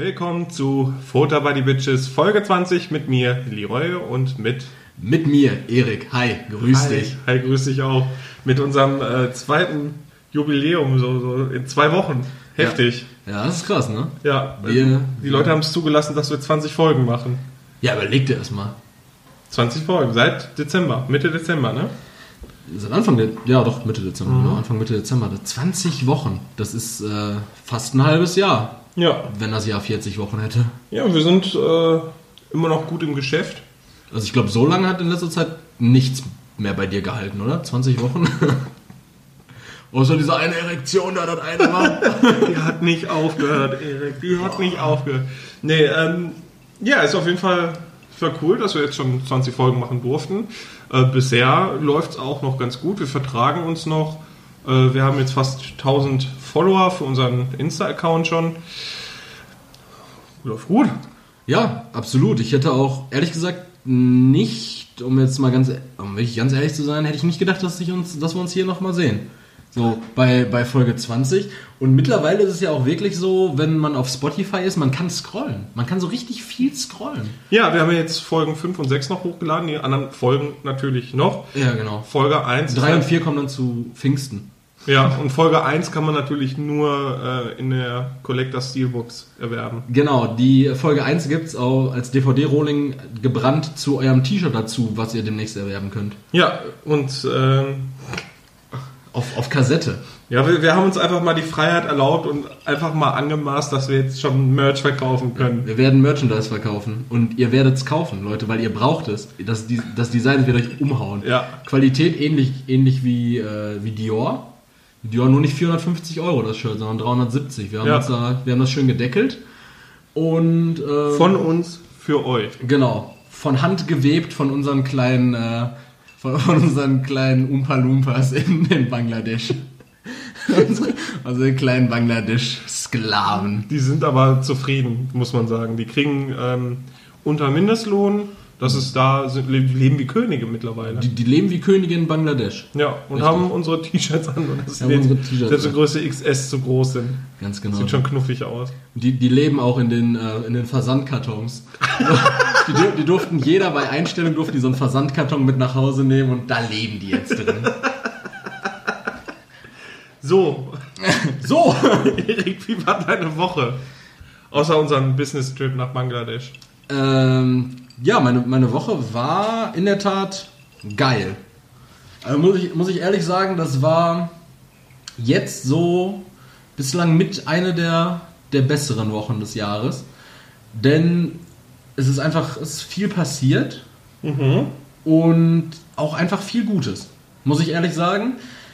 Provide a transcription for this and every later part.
Willkommen zu Futter by the Bitches Folge 20 mit mir, Leroy, und mit mir, Erik. Hi, grüß dich. Hi, grüß dich auch. Mit unserem zweiten Jubiläum, so in 2 Wochen. Heftig. Ja, das ist krass, ne? Ja, die Leute haben es zugelassen, dass wir 20 Folgen machen. Ja, überleg dir das mal. 20 Folgen, seit Dezember, Mitte Dezember, ne? Seit Mitte Dezember, genau, Anfang Mitte Dezember. 20 Wochen, das ist fast ein halbes Jahr. Ja. Wenn das Jahr 40 Wochen hätte. Ja, wir sind immer noch gut im Geschäft. Also ich glaube, so lange hat in letzter Zeit nichts mehr bei dir gehalten, oder? 20 Wochen? Außer diese eine Erektion, da das eine war. Die hat nicht aufgehört, Erik. Die hat nicht aufgehört. Nee, ja, ist auf jeden Fall cool, dass wir jetzt schon 20 Folgen machen durften. Bisher läuft es auch noch ganz gut. Wir vertragen uns noch. Wir haben jetzt fast 1000 Follower für unseren Insta-Account schon. Läuft gut. Ja, absolut. Ich hätte auch, ehrlich gesagt, nicht, um wirklich ganz ehrlich zu sein, hätte ich nicht gedacht, dass wir uns hier nochmal sehen. So, bei Folge 20. Und mittlerweile ist es ja auch wirklich so, wenn man auf Spotify ist, man kann scrollen. Man kann so richtig viel scrollen. Ja, wir haben jetzt Folgen 5 und 6 noch hochgeladen, die anderen Folgen natürlich noch. Ja, genau. Folge 1. 3 und 4 kommen dann zu Pfingsten. Ja, und Folge 1 kann man natürlich nur in der Collector Steelbox erwerben. Genau, die Folge 1 gibt es auch als DVD-Rolling gebrannt zu eurem T-Shirt dazu, was ihr demnächst erwerben könnt. Ja, und auf Kassette. Ja, wir haben uns einfach mal die Freiheit erlaubt und einfach mal angemaßt, dass wir jetzt schon Merch verkaufen können. Wir werden Merchandise verkaufen und ihr werdet es kaufen, Leute, weil ihr braucht es. Das Design wird euch umhauen. Ja. Qualität ähnlich wie Dior. Dior nur nicht 450 € das Shirt, sondern 370. Wir haben das schön gedeckelt. Und von uns für euch. Genau. Von Hand gewebt von unseren kleinen Oompa Loompas in Bangladesch. Also den kleinen Bangladesch-Sklaven. Die sind aber zufrieden, muss man sagen. Die kriegen unter Mindestlohn. Das ist die leben wie Könige mittlerweile. Die leben wie Könige in Bangladesch. Ja, und richtig. Haben unsere T-Shirts an. Und das selbst in Größe XS zu groß sind. Ganz genau. Sieht schon knuffig aus. Die leben auch in den Versandkartons. die durften, jeder bei Einstellung durfte die so einen Versandkarton mit nach Hause nehmen und da leben die jetzt drin. So. Erik, wie war deine Woche? Außer unserem Business-Trip nach Bangladesch. Ja, meine Woche war in der Tat geil. Also muss ich ehrlich sagen, das war jetzt so bislang mit eine der besseren Wochen des Jahres. Denn es ist viel passiert und auch einfach viel Gutes. Muss ich ehrlich sagen.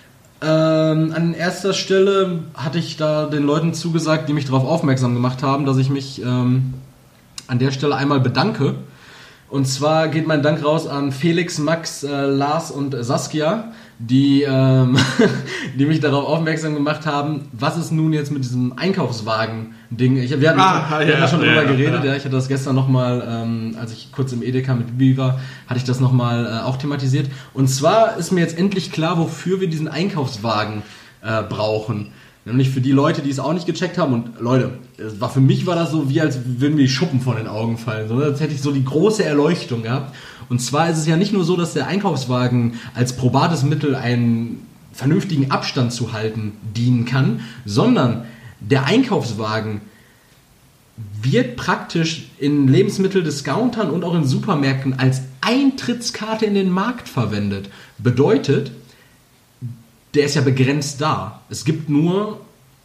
An erster Stelle hatte ich da den Leuten zugesagt, die mich darauf aufmerksam gemacht haben, dass ich mich an der Stelle einmal bedanke. Und zwar geht mein Dank raus an Felix, Max, Lars und Saskia, die mich darauf aufmerksam gemacht haben, was ist nun jetzt mit diesem Einkaufswagen-Ding. Wir hatten schon drüber geredet. Ja. Ich hatte das gestern nochmal, als ich kurz im Edeka mit Bibi war, hatte ich das nochmal auch thematisiert. Und zwar ist mir jetzt endlich klar, wofür wir diesen Einkaufswagen brauchen. Nämlich für die Leute, die es auch nicht gecheckt haben. Und Leute, für mich war das so, wie als würden mir die Schuppen von den Augen fallen. Sondern als hätte ich so die große Erleuchtung gehabt. Und zwar ist es ja nicht nur so, dass der Einkaufswagen als probates Mittel einen vernünftigen Abstand zu halten dienen kann, sondern der Einkaufswagen wird praktisch in Lebensmitteldiscountern und auch in Supermärkten als Eintrittskarte in den Markt verwendet. Bedeutet, der ist ja begrenzt da. Es gibt nur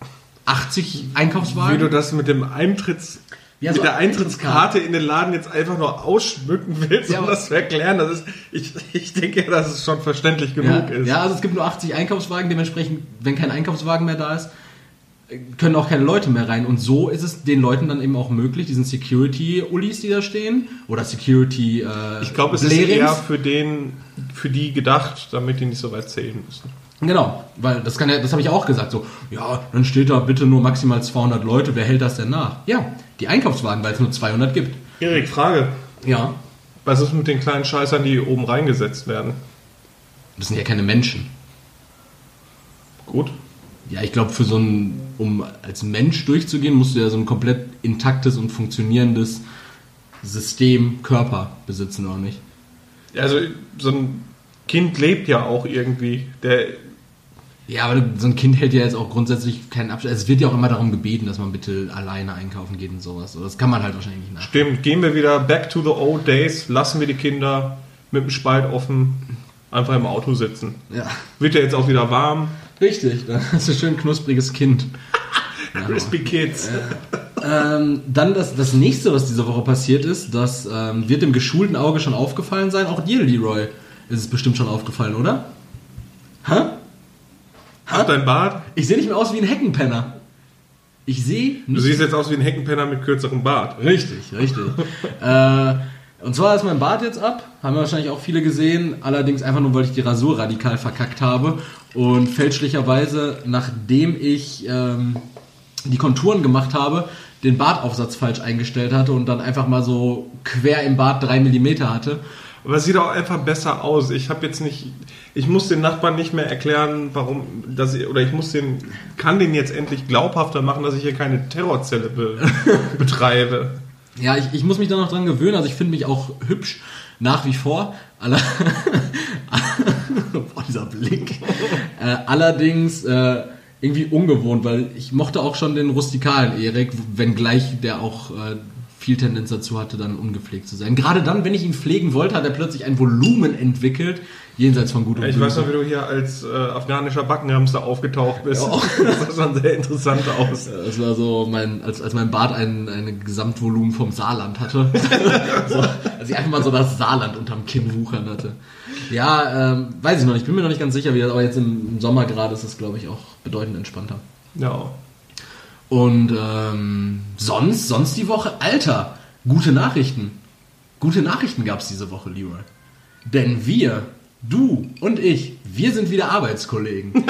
80 Einkaufswagen. Wie du das mit der Eintrittskarte in den Laden jetzt einfach nur ausschmücken willst, um das zu erklären, ich denke ja, dass es schon verständlich genug ist. Ja, also es gibt nur 80 Einkaufswagen, dementsprechend, wenn kein Einkaufswagen mehr da ist, können auch keine Leute mehr rein. Und so ist es den Leuten dann eben auch möglich, diesen Security-Ullis, die da stehen, oder Security ich glaube, es ist eher für die gedacht, damit die nicht so weit zählen müssen. Genau, weil das habe ich auch gesagt, so, ja, dann steht da bitte nur maximal 200 Leute, wer hält das denn nach? Ja, die Einkaufswagen, weil es nur 200 gibt. Erik, Frage. Ja. Was ist mit den kleinen Scheißern, die oben reingesetzt werden? Das sind ja keine Menschen. Gut. Ja, ich glaube, um als Mensch durchzugehen, musst du ja so ein komplett intaktes und funktionierendes System, Körper besitzen, oder nicht? Ja, also so ein Kind lebt ja auch irgendwie. Ja, aber so ein Kind hält ja jetzt auch grundsätzlich keinen Abstand. Es wird ja auch immer darum gebeten, dass man bitte alleine einkaufen geht und sowas. Das kann man halt wahrscheinlich nicht nach. Stimmt, gehen wir wieder back to the old days, lassen wir die Kinder mit dem Spalt offen einfach im Auto sitzen. Ja. Wird ja jetzt auch wieder warm. Richtig, dann hast du schön knuspriges Kind. Crispy Kids. Dann das nächste, was diese Woche passiert ist, das wird dem geschulten Auge schon aufgefallen sein. Auch dir, Leroy, ist es bestimmt schon aufgefallen, oder? Hä? Ach, dein Bart? Ich sehe nicht mehr aus wie ein Heckenpenner. Du siehst jetzt aus wie ein Heckenpenner mit kürzerem Bart. Richtig. Und zwar ist mein Bart jetzt ab. Haben wahrscheinlich auch viele gesehen. Allerdings einfach nur, weil ich die Rasur radikal verkackt habe. Und fälschlicherweise, nachdem ich die Konturen gemacht habe, den Bartaufsatz falsch eingestellt hatte und dann einfach mal so quer im Bart 3 mm hatte. Aber es sieht auch einfach besser aus. Ich muss den Nachbarn nicht mehr erklären, kann den jetzt endlich glaubhafter machen, dass ich hier keine Terrorzelle betreibe. Ja, ich muss mich da noch dran gewöhnen. Also ich finde mich auch hübsch nach wie vor. Boah, dieser Blick. Allerdings irgendwie ungewohnt, weil ich mochte auch schon den rustikalen Erik, wenngleich der auch viel Tendenz dazu hatte, dann ungepflegt zu sein. Gerade dann, wenn ich ihn pflegen wollte, hat er plötzlich ein Volumen entwickelt, jenseits von Gut und Böse. Ich weiß noch, wie du hier als afghanischer Backenhamster aufgetaucht bist. Ja. Das sah schon sehr interessant aus. Das war so, als mein Bart ein Gesamtvolumen vom Saarland hatte. Als ich einfach mal so das Saarland unterm Kinn wuchern hatte. Ja, weiß ich noch nicht. Ich bin mir noch nicht ganz sicher, wie das, aber jetzt im Sommer gerade ist es, glaube ich, auch bedeutend entspannter. Ja. Und sonst die Woche, Alter, gute Nachrichten. Gute Nachrichten gab es diese Woche, Leroy. Denn du und ich, wir sind wieder Arbeitskollegen.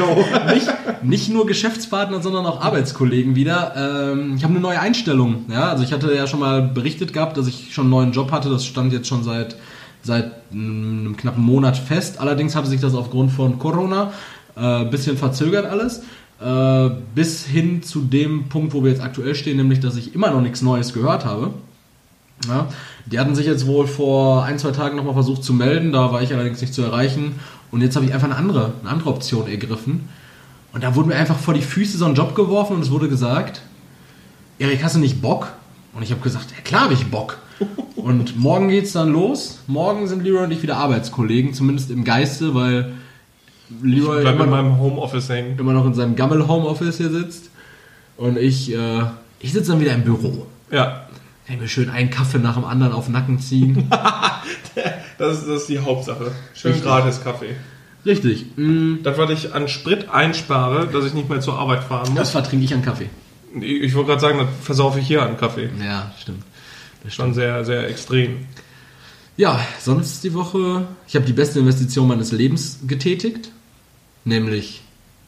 nicht nur Geschäftspartner, sondern auch Arbeitskollegen wieder. Ich habe eine neue Einstellung. Ja? Also ich hatte ja schon mal berichtet gehabt, dass ich schon einen neuen Job hatte. Das stand jetzt schon seit einem knappen Monat fest. Allerdings hatte sich das aufgrund von Corona ein bisschen verzögert alles. Bis hin zu dem Punkt, wo wir jetzt aktuell stehen, nämlich, dass ich immer noch nichts Neues gehört habe. Ja, die hatten sich jetzt wohl vor 1-2 Tagen nochmal versucht zu melden, da war ich allerdings nicht zu erreichen und jetzt habe ich einfach eine andere Option ergriffen und da wurde mir einfach vor die Füße so ein Job geworfen und es wurde gesagt, Erik, hast du nicht Bock? Und ich habe gesagt, ja klar habe ich Bock. Und morgen geht's dann los, morgen sind Leroy und ich wieder Arbeitskollegen, zumindest im Geiste, weil Leroy in meinem Homeoffice hängen. Immer noch in seinem Gammel-Homeoffice hier sitzt. Und ich sitze dann wieder im Büro. Ja. Kann ich mir schön einen Kaffee nach dem anderen auf den Nacken ziehen. das ist die Hauptsache. Schön gratis Kaffee. Richtig. Das, was ich an Sprit einspare, dass ich nicht mehr zur Arbeit fahren muss. Das vertrinke ich an Kaffee. Ich wollte gerade sagen, das versaufe ich hier an Kaffee. Ja, stimmt. Das ist schon sehr, sehr extrem. Ja, sonst die Woche, ich habe die beste Investition meines Lebens getätigt. Nämlich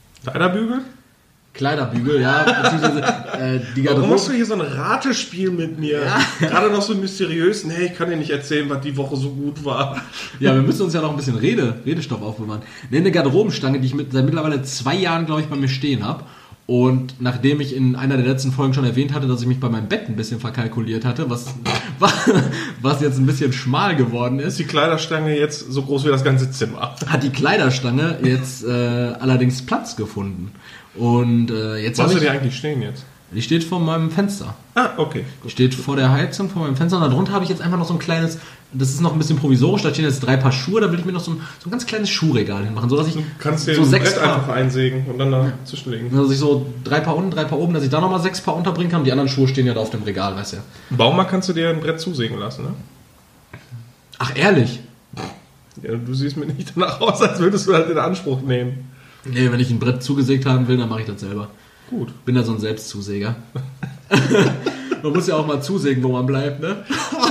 Kleiderbügel, ja. Beziehungsweise die Garderobe. Warum machst du hier so ein Ratespiel mit mir? Ja. Gerade noch so mysteriös. Nee, ich kann dir nicht erzählen, was die Woche so gut war. Ja, wir müssen uns ja noch ein bisschen Redestoff aufbewahren. Eine Garderobenstange, die ich seit mittlerweile 2 Jahren, glaube ich, bei mir stehen habe. Und nachdem ich in einer der letzten Folgen schon erwähnt hatte, dass ich mich bei meinem Bett ein bisschen verkalkuliert hatte, was jetzt ein bisschen schmal geworden ist. Ist die Kleiderstange jetzt so groß wie das ganze Zimmer? Hat die Kleiderstange jetzt allerdings Platz gefunden. Und jetzt wo hast du die eigentlich stehen jetzt? Die steht vor meinem Fenster. Ah, okay. Die steht vor der Heizung, vor meinem Fenster. Und darunter habe ich jetzt einfach noch so ein kleines, das ist noch ein bisschen provisorisch, da stehen jetzt 3 Paar Schuhe, da will ich mir noch so ein ganz kleines Schuhregal hinmachen, sodass ich du kannst dir so ein 6 Brett Paar einfach einsägen und dann dazwischenlegen. Dass ich so 3 Paar unten, 3 Paar oben, dass ich da nochmal 6 Paar unterbringen kann. Die anderen Schuhe stehen ja da auf dem Regal, weißt du ja. Im Baumarkt kannst du dir ein Brett zusägen lassen, ne? Ach, ehrlich? Ja, du siehst mir nicht danach aus, als würdest du halt in Anspruch nehmen. Nee, wenn ich ein Brett zugesägt haben will, dann mache ich das selber. Gut. Bin da so ein Selbstzusäger. Man muss ja auch mal zusägen, wo man bleibt, ne?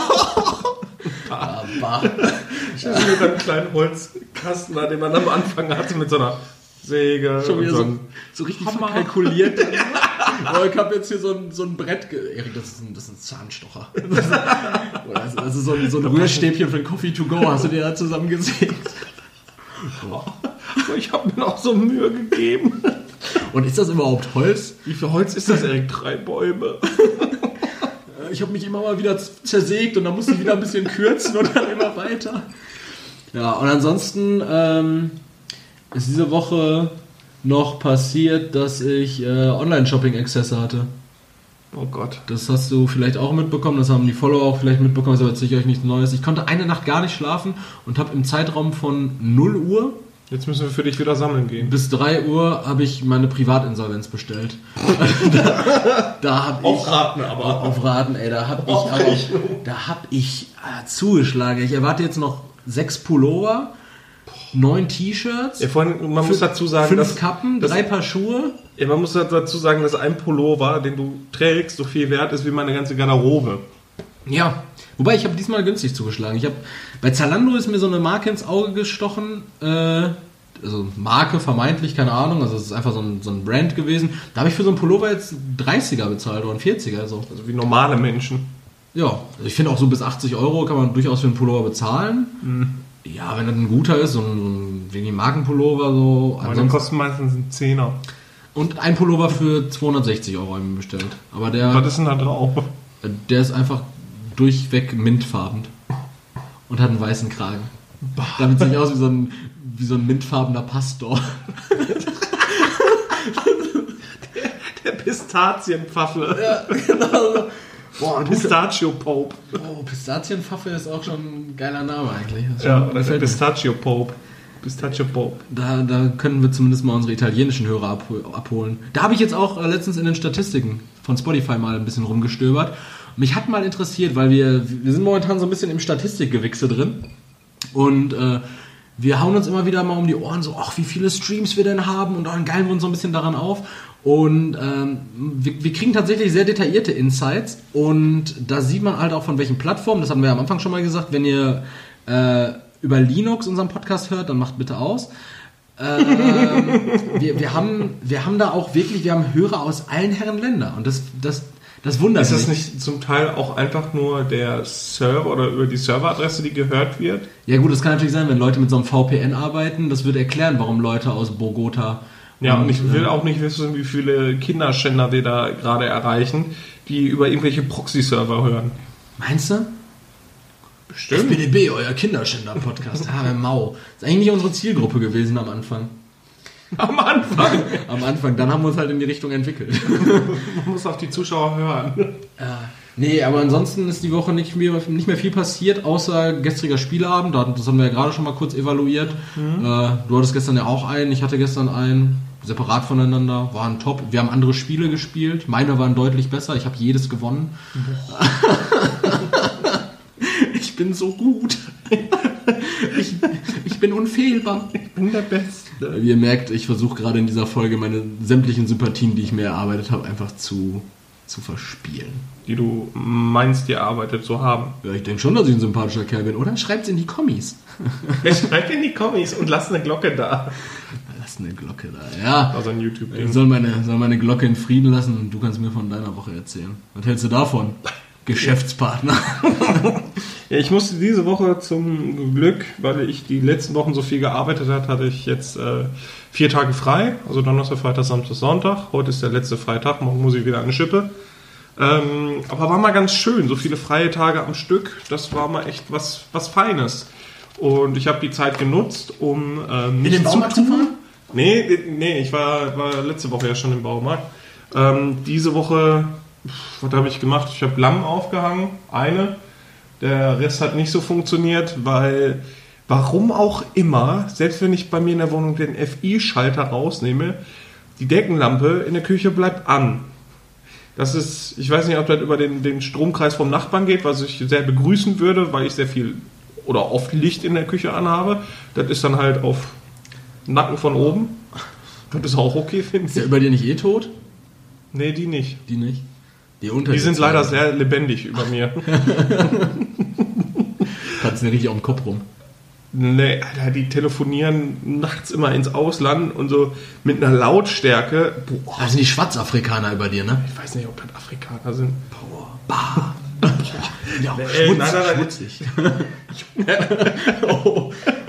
Aber. Ich habe mir dann einen kleinen Holzkasten, den man am Anfang hatte, mit so einer Säge. Schon wieder so richtig verkalkuliert. Ja. Ich habe jetzt hier so ein Brett. Erik, das ist ein Zahnstocher. Das ist so ein Rührstäbchen für ein Coffee to go. Hast du dir da zusammengesägt? Ich habe mir auch so Mühe gegeben. Und ist das überhaupt Holz? Wie viel Holz ist das, Erik? 3 Bäume. Ich habe mich immer mal wieder zersägt und dann musste ich wieder ein bisschen kürzen und dann immer weiter. Ja, und ansonsten ist diese Woche noch passiert, dass ich Online-Shopping-Exzesse hatte. Oh Gott. Das hast du vielleicht auch mitbekommen, das haben die Follower auch vielleicht mitbekommen, das ist aber jetzt sicher euch nichts Neues. Ich konnte eine Nacht gar nicht schlafen und habe im Zeitraum von 0 Uhr Jetzt müssen wir für dich wieder sammeln gehen. bis 3 Uhr habe ich meine Privatinsolvenz bestellt. da habe ich Auf Raten aber. auf Raten, ey, da habe ich zugeschlagen. Ich erwarte jetzt noch 6 Pullover, 9 T-Shirts, Ja, vorhin, man muss dazu sagen, 5 dass, Kappen, 3 Paar Schuhe. ja, man muss dazu sagen, dass ein Pullover, den du trägst, so viel wert ist wie meine ganze Garderobe. Ja, wobei ich habe diesmal günstig zugeschlagen. Bei Zalando ist mir so eine Marke ins Auge gestochen, also Marke vermeintlich, keine Ahnung, also es ist einfach so ein Brand gewesen. Da habe ich für so einen Pullover jetzt 30er bezahlt oder einen 40er. So. Also wie normale Menschen. Ja, also ich finde auch so bis 80 Euro kann man durchaus für einen Pullover bezahlen. Ja, wenn das ein guter ist, so ein wenig Markenpullover so. Aber die kosten meistens einen Zehner. Und ein Pullover für 260 Euro habe ich mir bestellt. Aber Was ist denn da drauf? der ist einfach durchweg mintfarben und hat einen weißen Kragen. Damit sieht aus wie so ein mintfarbener Pastor. Der Pistazienpfaffle. Ja, genau. Boah, Pistachio Pope. Oh, Pistazienpfaffe ist auch schon ein geiler Name eigentlich. Ja, oder der Pistachio Pope. Pistachio Pope. Da können wir zumindest mal unsere italienischen Hörer abholen. Da habe ich jetzt auch letztens in den Statistiken von Spotify mal ein bisschen rumgestöbert. Mich hat mal interessiert, weil wir sind momentan so ein bisschen im Statistikgewichse drin und wir hauen uns immer wieder mal um die Ohren so, ach, wie viele Streams wir denn haben und dann geilen wir uns so ein bisschen daran auf und wir kriegen tatsächlich sehr detaillierte Insights und da sieht man halt auch von welchen Plattformen, das hatten wir ja am Anfang schon mal gesagt, wenn ihr über Linux unseren Podcast hört, dann macht bitte aus. Wir haben da auch wirklich, wir haben Hörer aus allen Herren Ländern und das wundert mich. Ist das nicht zum Teil auch einfach nur der Server oder über die Serveradresse, die gehört wird? Ja gut, das kann natürlich sein, wenn Leute mit so einem VPN arbeiten, das würde erklären, warum Leute aus Bogota... Ja, und ich will auch nicht wissen, wie viele Kinderschänder wir da gerade erreichen, die über irgendwelche Proxy-Server hören. Meinst du? Bestimmt. FBDB, euer Kinderschänder-Podcast. Mau. Das ist eigentlich nicht unsere Zielgruppe gewesen am Anfang. Am Anfang. Am Anfang, dann haben wir uns halt in die Richtung entwickelt. Man muss auf die Zuschauer hören. Nee, aber ansonsten ist die Woche nicht mehr viel passiert, außer gestriger Spieleabend. Das haben wir ja gerade schon mal kurz evaluiert. Du hattest gestern ja auch einen, ich hatte gestern einen. Separat voneinander, waren top. Wir haben andere Spiele gespielt. Meine waren deutlich besser. Ich habe jedes gewonnen. Ich bin so gut. Ich bin unfehlbar. Ich bin der Beste. Wie ihr merkt, ich versuche gerade in dieser Folge meine sämtlichen Sympathien, die ich mir erarbeitet habe, einfach zu verspielen. Die du meinst, dir erarbeitet zu haben. Ja, ich denke schon, dass ich ein sympathischer Kerl bin. Oder schreibt's in die Kommis. Schreibt in die Kommis und lasst eine Glocke da. Lass eine Glocke da, ja. Also ein YouTube-Ding. Ich soll meine Glocke in Frieden lassen und du kannst mir von deiner Woche erzählen. Was hältst du davon? Geschäftspartner. Ja, ich musste diese Woche zum Glück, weil ich die letzten Wochen so viel gearbeitet habe, hatte ich jetzt 4 Tage frei. Also Donnerstag, Freitag, Samstag, Sonntag. Heute ist der letzte Freitag, morgen muss ich wieder eine Schippe. Aber war mal ganz schön, so viele freie Tage am Stück. Das war mal echt was Feines. Und ich habe die Zeit genutzt, um in den Baumarkt zu fahren? Nee, ich war letzte Woche ja schon im Baumarkt. Diese Woche, was habe ich gemacht? Ich habe Lamm aufgehangen, eine. Der Rest hat nicht so funktioniert, weil, warum auch immer, selbst wenn ich bei mir in der Wohnung den FI-Schalter rausnehme, die Deckenlampe in der Küche bleibt an. Das ist, ich weiß nicht, ob das über den Stromkreis vom Nachbarn geht, was ich sehr begrüßen würde, weil ich sehr viel oder oft Licht in der Küche anhabe. Das ist dann halt auf Nacken von oben. Das ist auch okay, finde ich. Ist der über dir nicht tot? Nee, die nicht. Die nicht? Die sind leider sehr lebendig über mir. Tanzen ja richtig auf dem Kopf rum. Nee, Alter, die telefonieren nachts immer ins Ausland und so mit einer Lautstärke. Boah. Das sind die Schwarzafrikaner über dir, ne? Ich weiß nicht, ob das Afrikaner sind. Boah. Ja, schmutzig. Oh. Ja,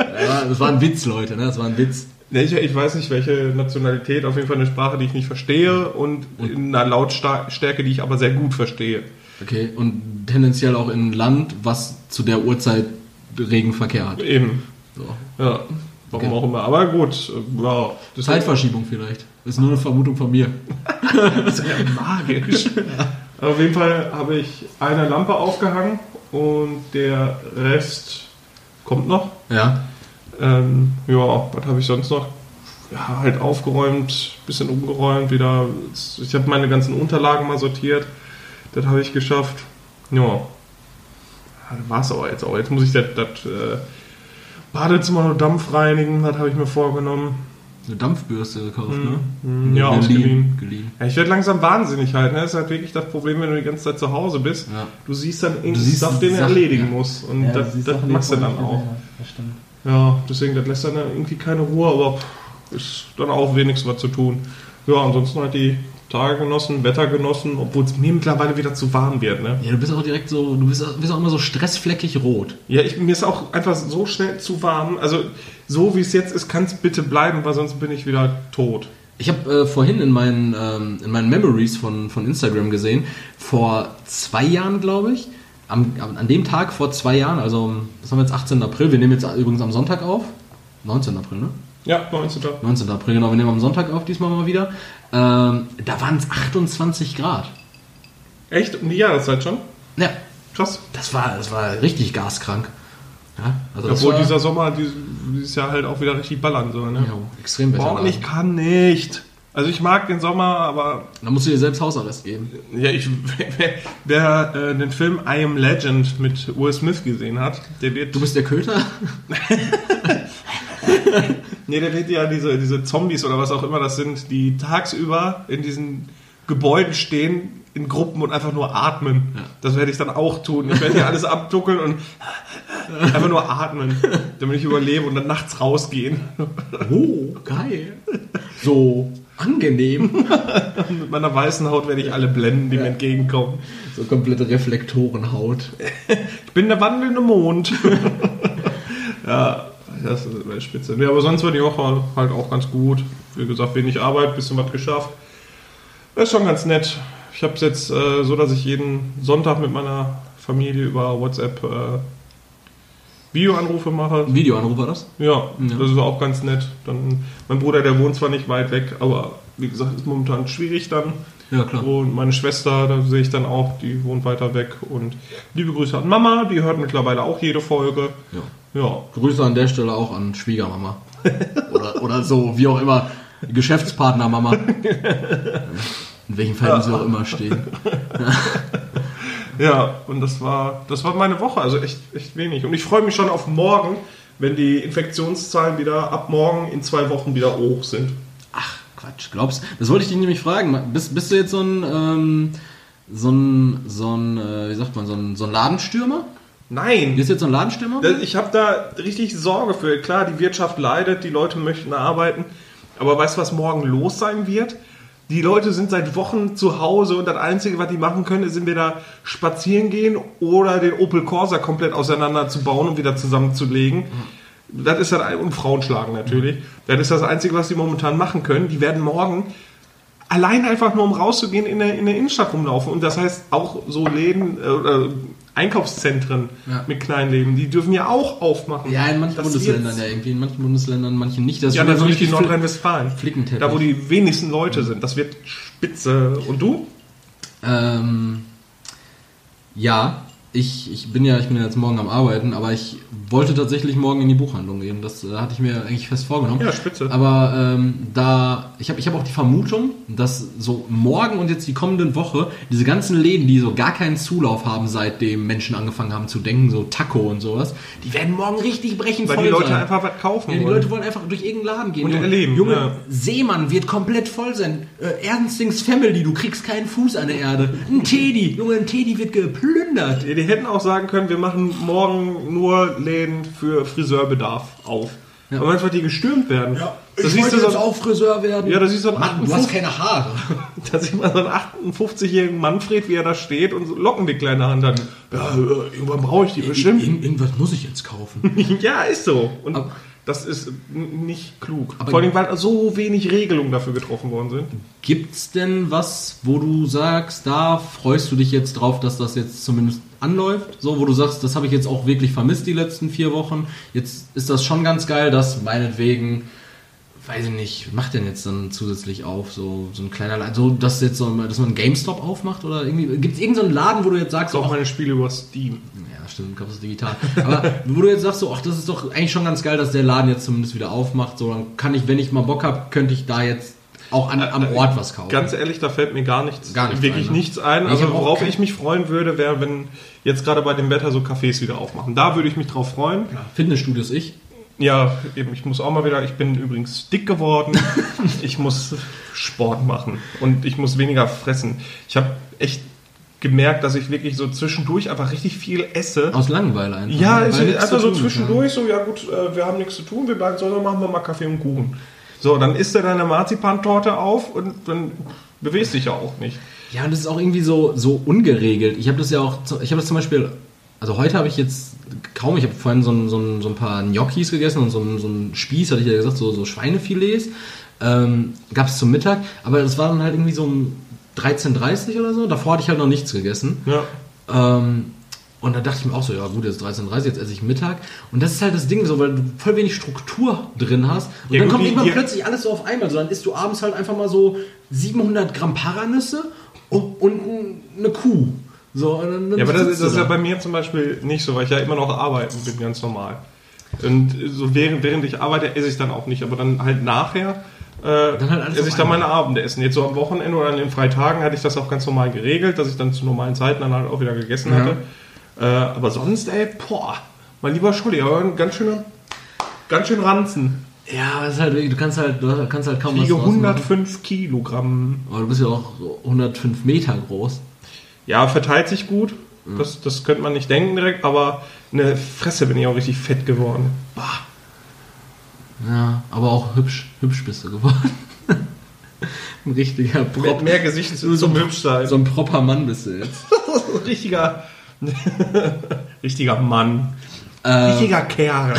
Das war ein Witz, Leute, ne? Das war ein Witz. Nee, ich weiß nicht, welche Nationalität, auf jeden Fall eine Sprache, die ich nicht verstehe und in einer Lautstärke, die ich aber sehr gut verstehe. Okay, und tendenziell auch in ein Land, was zu der Uhrzeit Regenverkehr hat. Eben. So. Ja, warum auch immer. Aber gut, wow. Zeitverschiebung vielleicht. Das ist nur eine Vermutung von mir. Das ist ja magisch. Auf jeden Fall habe ich eine Lampe aufgehangen und der Rest kommt noch. Ja. Was habe ich sonst noch? Ja, halt aufgeräumt, bisschen umgeräumt, wieder. Ich habe meine ganzen Unterlagen mal sortiert. Das habe ich geschafft. Ja. Das war es aber jetzt auch. Jetzt muss ich das Badezimmer noch Dampf reinigen, das habe ich mir vorgenommen. Eine Dampfbürste gekauft, ne? Ja, ausgeliehen. Geliehen. Ja, ich werde langsam wahnsinnig halt. Ne? Das ist halt wirklich das Problem, wenn du die ganze Zeit zu Hause bist. Ja. Du siehst dann irgendeinen Stuff, den du erledigen musst. Und das machst du dann auch. Das stimmt. Ja, deswegen, das lässt dann irgendwie keine Ruhe, aber ist dann auch wenigstens was zu tun. Ja, ansonsten halt die Tage genossen, Wetter genossen, obwohl es mir mittlerweile wieder zu warm wird. Ne? Ja, du bist auch direkt so, du bist auch immer so stressfleckig rot. Ja, mir ist auch einfach so schnell zu warm. Also so wie es jetzt ist, kann es bitte bleiben, weil sonst bin ich wieder tot. Ich habe vorhin in meinen Memories von Instagram gesehen, vor 2 Jahren, glaube ich, an dem Tag vor 2 Jahren, also das haben wir jetzt 18. April, wir nehmen jetzt übrigens am Sonntag auf, 19. April, ne? Ja, 19. April, genau, wir nehmen am Sonntag auf, diesmal mal wieder. Da waren es 28 Grad. Echt? Um die Jahreszeit schon? Ja. Krass. Das war richtig gaskrank. Ja, also obwohl dieser Sommer dieses Jahr halt auch wieder richtig ballern soll, ne? Ja, extrem Wetter. Boah, ich kann nicht. Also ich mag den Sommer, aber... Da musst du dir selbst Hausarrest geben. Ja, wer den Film I Am Legend mit Will Smith gesehen hat, der wird... Du bist der Köter? Nee, der wird ja diese Zombies oder was auch immer das sind, die tagsüber in diesen Gebäuden stehen, in Gruppen und einfach nur atmen. Ja. Das werde ich dann auch tun. Ich werde hier alles abduckeln und einfach nur atmen, damit ich überlebe und dann nachts rausgehen. Oh, geil. So angenehm. Mit meiner weißen Haut werde ich alle blenden, die mir entgegenkommen. So komplette Reflektorenhaut. Ich bin der wandelnde Mond. Ja, das ist meine Spitze. Ja, aber sonst war die Woche halt auch ganz gut. Wie gesagt, wenig Arbeit, bisschen was geschafft. Das ist schon ganz nett. Ich habe es jetzt so, dass ich jeden Sonntag mit meiner Familie über WhatsApp Videoanrufe mache. Videoanruf war das? Ja, das ist auch ganz nett. Dann, mein Bruder, der wohnt zwar nicht weit weg, aber wie gesagt, ist momentan schwierig dann. Ja, klar. Und meine Schwester, da sehe ich dann auch, die wohnt weiter weg. Und liebe Grüße an Mama, die hört mittlerweile auch jede Folge. Ja. Grüße an der Stelle auch an Schwiegermama. oder so, wie auch immer. Geschäftspartnermama. In welchem Fall sie auch immer stehen. Ja, und das war meine Woche, also echt wenig. Und ich freue mich schon auf morgen, wenn die Infektionszahlen wieder ab morgen in 2 Wochen wieder hoch sind. Ach, Quatsch, glaubst du? Das wollte ich dich nämlich fragen. Bist du jetzt so ein Ladenstürmer? Nein. Bist du jetzt so ein Ladenstürmer? Ich habe da richtig Sorge für. Klar, die Wirtschaft leidet, die Leute möchten arbeiten. Aber weißt du, was morgen los sein wird? Die Leute sind seit Wochen zu Hause und das Einzige, was die machen können, ist entweder spazieren gehen oder den Opel Corsa komplett auseinanderzubauen und wieder zusammenzulegen. Das ist dann, und Frauen schlagen natürlich. Das ist das Einzige, was die momentan machen können. Die werden morgen allein einfach nur, um rauszugehen, in der Innenstadt rumlaufen. Und das heißt auch so Läden oder Einkaufszentren mit kleinen Läden, die dürfen ja auch aufmachen. Ja, in manchen Bundesländern ja irgendwie. In manchen Bundesländern, manchen nicht. Das ja, das ist nicht Nordrhein-Westfalen. Flickenteppich. Da, wo die wenigsten Leute sind. Das wird spitze. Und du? Ja, ich bin ja jetzt morgen am Arbeiten, aber ich wollte tatsächlich morgen in die Buchhandlung gehen. Das hatte ich mir eigentlich fest vorgenommen. Ja, spitze. Aber ich hab auch die Vermutung, dass so morgen und jetzt die kommende Woche diese ganzen Läden, die so gar keinen Zulauf haben, seitdem Menschen angefangen haben zu denken, so Taco und sowas, die werden morgen richtig brechen voll sein. Weil die Leute einfach was kaufen wollen. Die Leute wollen einfach durch irgendeinen Laden gehen. Und erleben. Junge, Seemann wird komplett voll sein. Ernstings Family, du kriegst keinen Fuß an der Erde. Ein Teddy wird geplündert. Die hätten auch sagen können, wir machen morgen nur Läden für Friseurbedarf auf. Ja. Aber einfach die gestürmt werden. Ja, ich wollte jetzt auch Friseur werden. Ja, da siehst du Mann, du hast keine Haare. Da sieht man so einen 58-jährigen Manfred, wie er da steht und so Lockenwickler in der Hand hat. Ja, irgendwann brauche ich die bestimmt. Irgendwas muss ich jetzt kaufen. Ja, ist so. Und Das ist nicht klug. Aber vor allem, weil so wenig Regelungen dafür getroffen worden sind. Gibt's denn was, wo du sagst, da freust du dich jetzt drauf, dass das jetzt zumindest anläuft? So, wo du sagst, das habe ich jetzt auch wirklich vermisst die letzten 4 Wochen. Jetzt ist das schon ganz geil, dass meinetwegen, weiß ich nicht, was macht denn jetzt dann zusätzlich auf? So ein kleiner Laden, so dass jetzt so, dass man einen GameStop aufmacht oder irgendwie. Gibt es irgendeinen Laden, wo du jetzt sagst, auch meine Spiele über Steam. Ja, stimmt, kaufst du digital. Aber wo du jetzt sagst, so, ach, das ist doch eigentlich schon ganz geil, dass der Laden jetzt zumindest wieder aufmacht. So, dann kann ich, wenn ich mal Bock habe, könnte ich da jetzt auch am Ort was kaufen. Ganz ehrlich, da fällt mir nichts ein, ne? nichts ein. Also worauf ich mich freuen würde, wäre, wenn jetzt gerade bei dem Wetter so Cafés wieder aufmachen. Da würde ich mich drauf freuen. Ja, Fitnessstudios Ja, eben, ich muss auch mal wieder, ich bin übrigens dick geworden. Ich muss Sport machen und ich muss weniger fressen. Ich habe echt gemerkt, dass ich wirklich so zwischendurch einfach richtig viel esse. Aus Langeweile einfach. Ja, einfach so zwischendurch so, ja gut, wir haben nichts zu tun, wir bleiben so, dann machen wir mal Kaffee und Kuchen. So, dann isst er deine Marzipantorte auf und dann bewegst dich ja auch nicht. Ja, und das ist auch irgendwie so ungeregelt. Ich habe das zum Beispiel, also heute habe ich jetzt kaum, ich habe vorhin so ein paar Gnocchis gegessen und so ein Spieß, hatte ich ja gesagt, so Schweinefilets, gab es zum Mittag, aber das war dann halt irgendwie so um 13:30 oder so, davor hatte ich halt noch nichts gegessen. Ja. Und da dachte ich mir auch so, ja gut, jetzt 13:30, jetzt esse ich Mittag. Und das ist halt das Ding so, weil du voll wenig Struktur drin hast. Und ja, dann kommt irgendwann plötzlich alles so auf einmal. So, dann isst du abends halt einfach mal so 700 Gramm Paranüsse und eine Kuh. So, dann ja, aber das ist ja bei mir zum Beispiel nicht so, weil ich ja immer noch arbeiten bin, ganz normal. Und so während ich arbeite, esse ich dann auch nicht. Aber dann halt nachher esse ich dann meine Abendessen. Jetzt so am Wochenende oder an den Freitagen hatte ich das auch ganz normal geregelt, dass ich dann zu normalen Zeiten dann halt auch wieder gegessen hatte. Aber sonst, mein lieber Scholli, aber ganz schön ranzen. Ja, das ist halt wirklich, du kannst halt kaum was draus machen. 105 Kilogramm. Aber du bist ja auch 105 Meter groß. Ja, verteilt sich gut. Das könnte man nicht denken direkt, aber in der Fresse bin ich auch richtig fett geworden. Bah. Ja, aber auch hübsch bist du geworden. Ein richtiger Prop. Mehr Gesicht zum Hübschsein. So ein proper Mann bist du jetzt. richtiger Mann. Richtiger Kerl.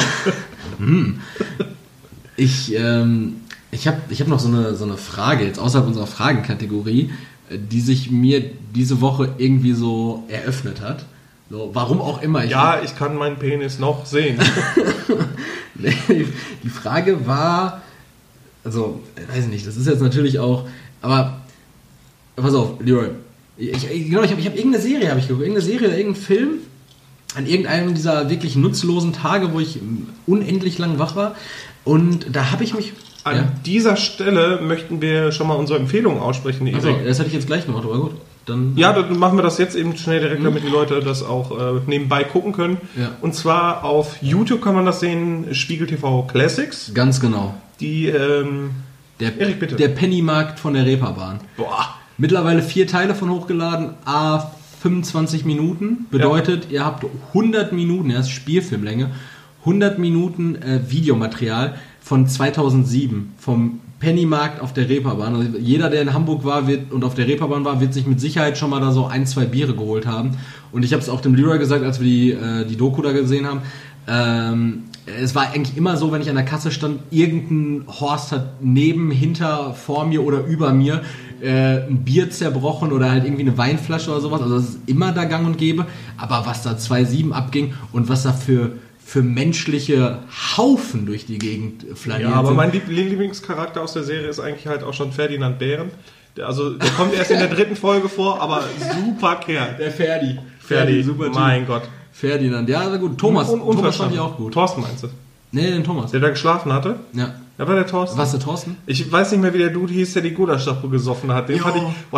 Ich hab noch so eine Frage, jetzt außerhalb unserer Fragenkategorie, die sich mir diese Woche irgendwie so eröffnet hat. So, warum auch immer. Ich kann meinen Penis noch sehen. Die Frage war, also, weiß nicht, das ist jetzt natürlich auch, aber pass auf, Leroy. Ich habe irgendeine Serie geguckt, irgendeinen Film, an irgendeinem dieser wirklich nutzlosen Tage, wo ich unendlich lang wach war. Und da habe ich mich... An dieser Stelle möchten wir schon mal unsere Empfehlung aussprechen. Also, das hätte ich jetzt gleich gemacht, aber gut. Dann machen wir das jetzt eben schnell direkt, damit die Leute das auch nebenbei gucken können. Ja. Und zwar auf YouTube kann man das sehen, Spiegel TV Classics. Ganz genau. Erik, bitte. Der Pennymarkt von der Reeperbahn. Boah. Mittlerweile 4 Teile von hochgeladen, 25 Minuten. Bedeutet, ihr habt 100 Minuten, das ist Spielfilmlänge, 100 Minuten Videomaterial von 2007 vom Pennymarkt auf der Reeperbahn. Also jeder, der in Hamburg war und auf der Reeperbahn war, wird sich mit Sicherheit schon mal da so 1-2 Biere geholt haben. Und ich habe es auch dem Leroy gesagt, als wir die Doku da gesehen haben. Es war eigentlich immer so, wenn ich an der Kasse stand, irgendein Horst hat hinter, vor mir oder über mir ein Bier zerbrochen oder halt irgendwie eine Weinflasche oder sowas. Also das ist immer da gang und gäbe. Aber was da 2007 abging und was da für menschliche Haufen durch die Gegend flanieren. Ja, aber mein Lieblingscharakter aus der Serie ist eigentlich halt auch schon Ferdinand Behren. Der kommt erst in der 3. Folge vor, aber super Kerl. Der Ferdi, super Typ. Mein Gott. Ferdinand, ja, aber gut. Thomas fand ich auch gut. Thorsten meinst du? Nee, den Thomas. Der da geschlafen hatte? Ja. Da war der Thorsten. Was, der Thorsten? Ich weiß nicht mehr, wie der Dude hieß, der die Gulaschsuppe gesoffen hat. Den fand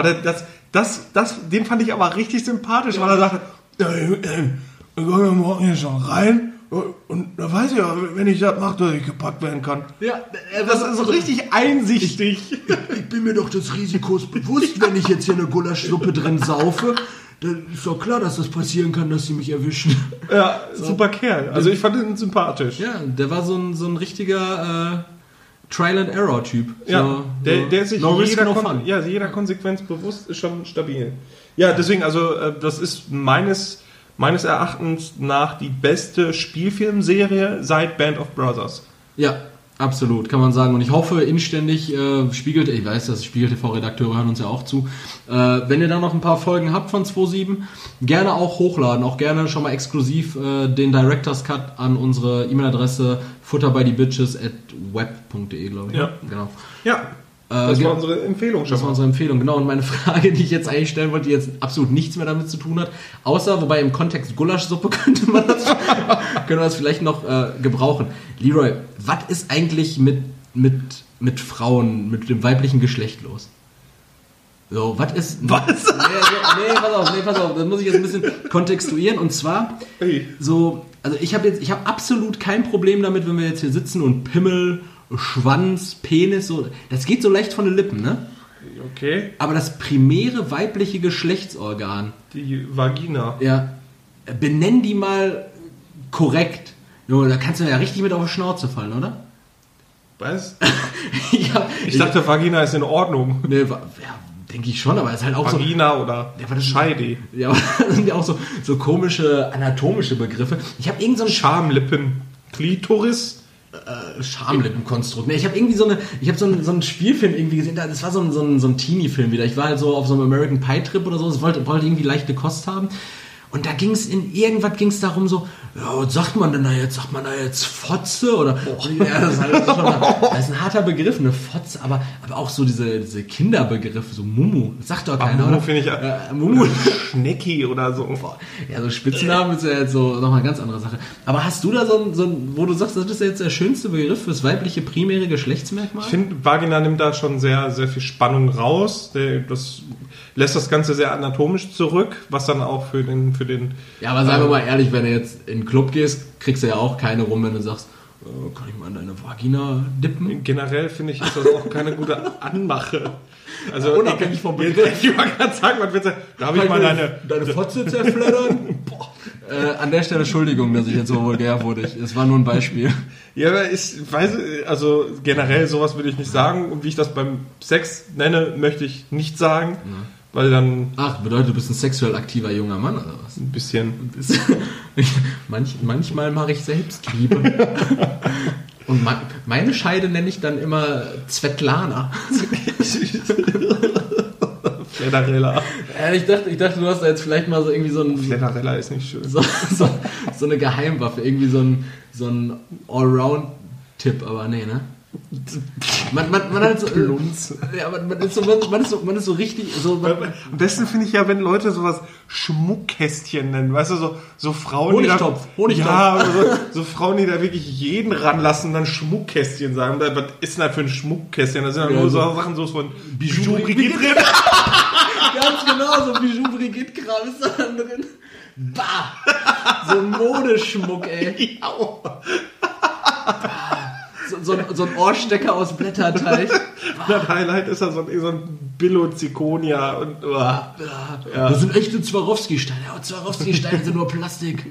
ich, den fand ich aber richtig sympathisch, weil er sagte, wir kommen morgen hier schon rein. Und da weiß ich ja, wenn ich das mache, dass ich gepackt werden kann. Ja, das ist so richtig einsichtig. Ich bin mir doch des Risikos bewusst, wenn ich jetzt hier eine Gulaschsuppe drin saufe. Dann ist doch klar, dass das passieren kann, dass sie mich erwischen. Ja, so. Super Kerl. Also ich fand ihn sympathisch. Ja, der war so ein richtiger Trial-and-Error-Typ. Ja, der ist sich jeder Konsequenz bewusst, ist schon stabil. Ja, deswegen, also das ist meines Erachtens nach die beste Spielfilmserie seit Band of Brothers. Ja, absolut, kann man sagen. Und ich hoffe inständig, ich weiß, dass Spiegel TV-Redakteure hören uns ja auch zu, wenn ihr da noch ein paar Folgen habt von 2.7, gerne auch hochladen, auch gerne schon mal exklusiv den Director's Cut an unsere E-Mail-Adresse futterbydibitches@web.de, glaube ich. Ja. Genau. Ja, das war unsere Empfehlung schon. Das war unsere Empfehlung, genau. Und meine Frage, die ich jetzt eigentlich stellen wollte, die jetzt absolut nichts mehr damit zu tun hat, außer, wobei im Kontext Gulaschsuppe könnte man das vielleicht noch gebrauchen. Leroy, was ist eigentlich mit Frauen, mit dem weiblichen Geschlecht los? So, was ist... Was? Nee, pass auf, das muss ich jetzt ein bisschen kontextuieren. Und zwar, so, also ich habe absolut kein Problem damit, wenn wir jetzt hier sitzen und Pimmel, Schwanz, Penis, so, das geht so leicht von den Lippen, ne? Okay. Aber das primäre weibliche Geschlechtsorgan, Die Vagina. ja, benenn die mal korrekt. Jo, da kannst du ja richtig mit auf die Schnauze fallen, oder? Was? Ja, Ich dachte, Vagina ist in Ordnung. ne, ja, denke ich schon, aber es ist halt auch Vagina oder Scheide. Ja, aber das sind ja auch so komische anatomische Begriffe. Ich habe irgend so einen Schamlippen. Klitoris. Schamlippenkonstrukt. Ne, ich habe irgendwie so einen Spielfilm irgendwie gesehen, das war so ein Teenie-Film wieder. Ich war halt so auf so einem American Pie Trip oder so, das wollte irgendwie leichte Kost haben. Und da ging es darum so, ja, was sagt man denn da jetzt? Sagt man da jetzt Fotze? Oder, ja, das ist ein harter Begriff, eine Fotze, aber auch so diese Kinderbegriffe, so Mumu, das sagt doch keiner, Mumu oder? finde ich Mumu. Schnecki oder so. Ja, so Spitznamen ist ja jetzt so nochmal eine ganz andere Sache. Aber hast du da so ein, wo du sagst, das ist jetzt der schönste Begriff fürs weibliche primäre Geschlechtsmerkmal? Ich finde, Vagina nimmt da schon sehr, sehr viel Spannung raus. Das lässt das Ganze sehr anatomisch zurück, was dann auch für den Ja, aber sagen wir mal ehrlich, wenn du jetzt in den Club gehst, kriegst du ja auch keine rum, wenn du sagst, kann ich mal in deine Vagina dippen? Generell finde ich, ist das auch keine gute Anmache. Also unabhängig vom Begriff. Ich wollte gerade sagen, was willst du? Darf ich mal deine Fotze zerfleddern? An der Stelle Entschuldigung, dass ich jetzt so vulgär wurde. Es war nur ein Beispiel. Ja, aber also generell sowas würde ich nicht sagen. Und wie ich das beim Sex nenne, möchte ich nicht sagen. Ja. Weil dann... Ach, bedeutet, du bist ein sexuell aktiver junger Mann, oder was? Ein bisschen. Manchmal mache ich Selbstliebe. Und meine Scheide nenne ich dann immer Svetlana. Fledderella. Ich dachte, du hast da jetzt vielleicht mal so irgendwie so ein... Fledderella ist nicht schön. So eine Geheimwaffe, irgendwie so ein Allround-Tipp, aber nee, ne? Man hat so... Ja, man ist so richtig... Am besten finde ich ja, wenn Leute sowas Schmuckkästchen nennen, weißt du, so Frauen... Honigtopf. Ja, so Frauen, die da wirklich jeden ranlassen und dann Schmuckkästchen sagen. Was ist denn da für ein Schmuckkästchen? Da sind dann nur so Sachen so von Bijou Brigitte drin. Ganz genau, so Bijou Brigitte-Kram ist da drin. Bah! So ein Modeschmuck, ey. So ein Ohrstecker aus Blätterteig. Das Highlight ist ja so ein Billo-Zikonia und ja. Das sind echte Swarovski-Steine. Ja, Swarovski-Steine sind nur Plastik.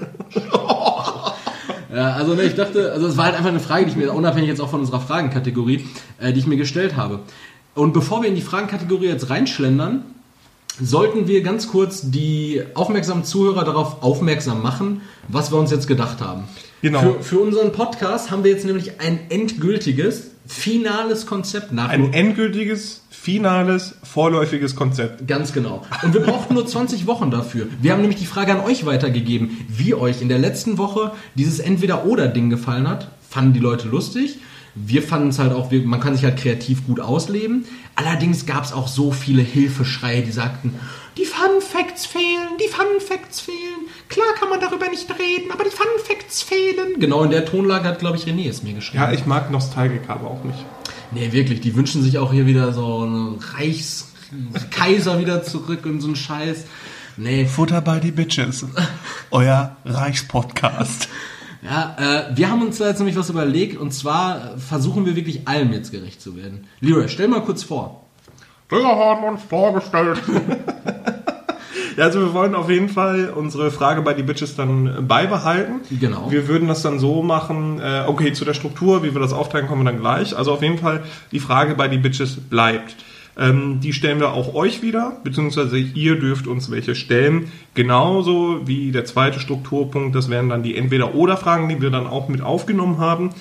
Ja, also ne, ich dachte, es war halt einfach eine Frage, die ich mir, unabhängig jetzt auch von unserer Fragenkategorie, die ich mir gestellt habe. Und bevor wir in die Fragenkategorie jetzt reinschlendern, sollten wir ganz kurz die aufmerksamen Zuhörer darauf aufmerksam machen, was wir uns jetzt gedacht haben. Genau. Für unseren Podcast haben wir jetzt nämlich ein endgültiges, finales Konzept nach. Ein endgültiges, finales, vorläufiges Konzept. Ganz genau. Und wir brauchten nur 20 Wochen dafür. Wir haben nämlich die Frage an euch weitergegeben, wie euch in der letzten Woche dieses Entweder-Oder-Ding gefallen hat. Fanden die Leute lustig. Wir fanden es halt auch, man kann sich halt kreativ gut ausleben. Allerdings gab es auch so viele Hilfeschreie, die sagten, die Fun Facts fehlen, die Fun Facts fehlen. Klar kann man darüber nicht reden, aber die Fun Facts fehlen. Genau in der Tonlage hat, glaube ich, René es mir geschrieben. Ja, ich mag Nostalgiker aber auch nicht. Nee, wirklich, die wünschen sich auch hier wieder so einen Reichskaiser wieder zurück und so einen Scheiß. Nee. Futter by the Bitches. Euer Reichspodcast. Ja, wir haben uns da jetzt nämlich was überlegt und zwar versuchen wir wirklich allem jetzt gerecht zu werden. Leroy, stell mal kurz vor. Wir haben uns vorgestellt. Ja, also wir wollen auf jeden Fall unsere Frage bei die Bitches dann beibehalten. Genau. Wir würden das dann so machen, okay, zu der Struktur, wie wir das aufteilen, kommen wir dann gleich. Also auf jeden Fall, die Frage bei die Bitches bleibt. Die stellen wir auch euch wieder, beziehungsweise ihr dürft uns welche stellen. Genauso wie der zweite Strukturpunkt, das wären dann die Entweder-Oder-Fragen, die wir dann auch mit aufgenommen haben.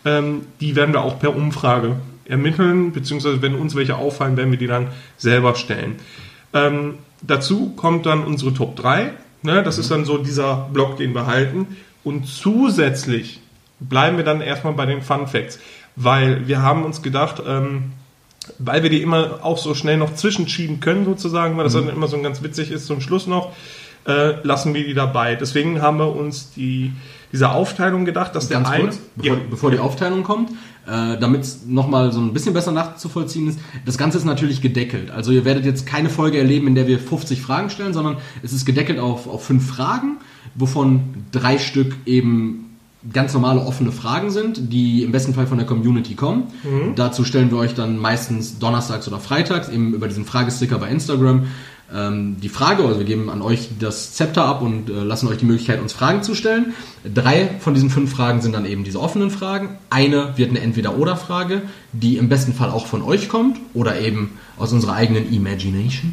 Die werden wir auch per Umfrage ermitteln, beziehungsweise wenn uns welche auffallen, werden wir die dann selber stellen. Dazu kommt dann unsere Top 3. Ne? Das ist dann so dieser Block, den wir halten. Und zusätzlich bleiben wir dann erstmal bei den Fun Facts, weil wir haben uns gedacht, weil wir die immer auch so schnell noch zwischenschieben können sozusagen, weil das dann immer so ganz witzig ist zum Schluss noch, lassen wir die dabei. Deswegen haben wir uns diese Aufteilung gedacht, dass Ganz der eine... kurz, bevor die Aufteilung kommt, damit es nochmal so ein bisschen besser nachzuvollziehen ist, das Ganze ist natürlich gedeckelt. Also ihr werdet jetzt keine Folge erleben, in der wir 50 Fragen stellen, sondern es ist gedeckelt auf 5 Fragen, wovon 3 Stück eben ganz normale offene Fragen sind, die im besten Fall von der Community kommen. Dazu stellen wir euch dann meistens donnerstags oder freitags, eben über diesen Fragesticker bei Instagram, die Frage, also wir geben an euch das Zepter ab und lassen euch die Möglichkeit, uns Fragen zu stellen. 3 von diesen 5 Fragen sind dann eben diese offenen Fragen. Eine wird eine Entweder-Oder-Frage, die im besten Fall auch von euch kommt oder eben aus unserer eigenen Imagination.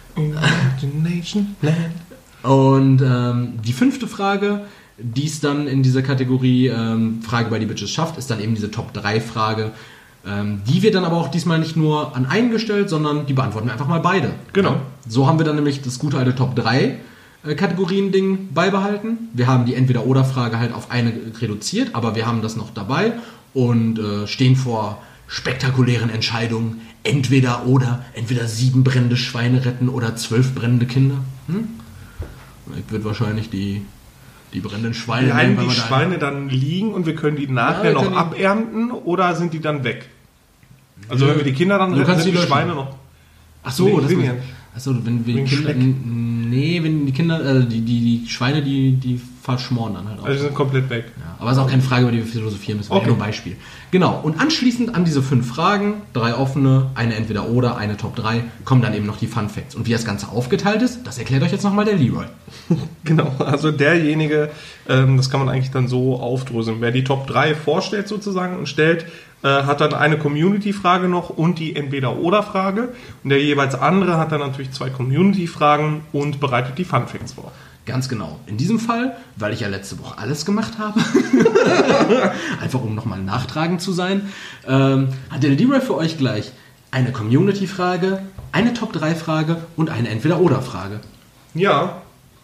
Und die 5. Frage, die es dann in dieser Kategorie Frage bei die Bitches schafft, ist dann eben diese Top-3-Frage. Die wird dann aber auch diesmal nicht nur an einen gestellt, sondern die beantworten wir einfach mal beide. Genau. So haben wir dann nämlich das gute alte Top-3-Kategorien-Ding beibehalten. Wir haben die Entweder-Oder-Frage halt auf eine reduziert, aber wir haben das noch dabei und stehen vor spektakulären Entscheidungen. Entweder 7 brennende Schweine retten oder 12 brennende Kinder. Ich würde wahrscheinlich die brennenden Schweine... Bleiben die Schweine dann liegen und wir können die nachher noch abernten oder sind die dann weg? Also wenn wir die Kinder dann retten, sind die Schweine noch... Achso, wenn wir die Kinder... Nee, wenn die Kinder... die Schweine, die verschmoren dann halt auch. Also die sind komplett weg. Ja, aber es ist auch keine Frage, über die wir philosophieren müssen. Okay. Nur ein Beispiel. Genau. Und anschließend an diese 5 Fragen, 3 offene, eine Entweder-Oder, eine Top 3, kommen dann eben noch die Fun Facts. Und wie das Ganze aufgeteilt ist, das erklärt euch jetzt nochmal der Leroy. Genau, also derjenige, das kann man eigentlich dann so aufdröseln. Wer die Top 3 vorstellt sozusagen und stellt, hat dann eine Community-Frage noch und die Entweder-Oder-Frage. Und der jeweils andere hat dann natürlich 2 Community-Fragen und bereitet die Fun Facts vor. Ganz genau. In diesem Fall, weil ich ja letzte Woche alles gemacht habe, einfach um nochmal nachtragend zu sein, hat der Leroy für euch gleich eine Community-Frage, eine Top-3-Frage und eine Entweder-Oder-Frage. Ja.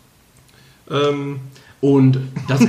Und das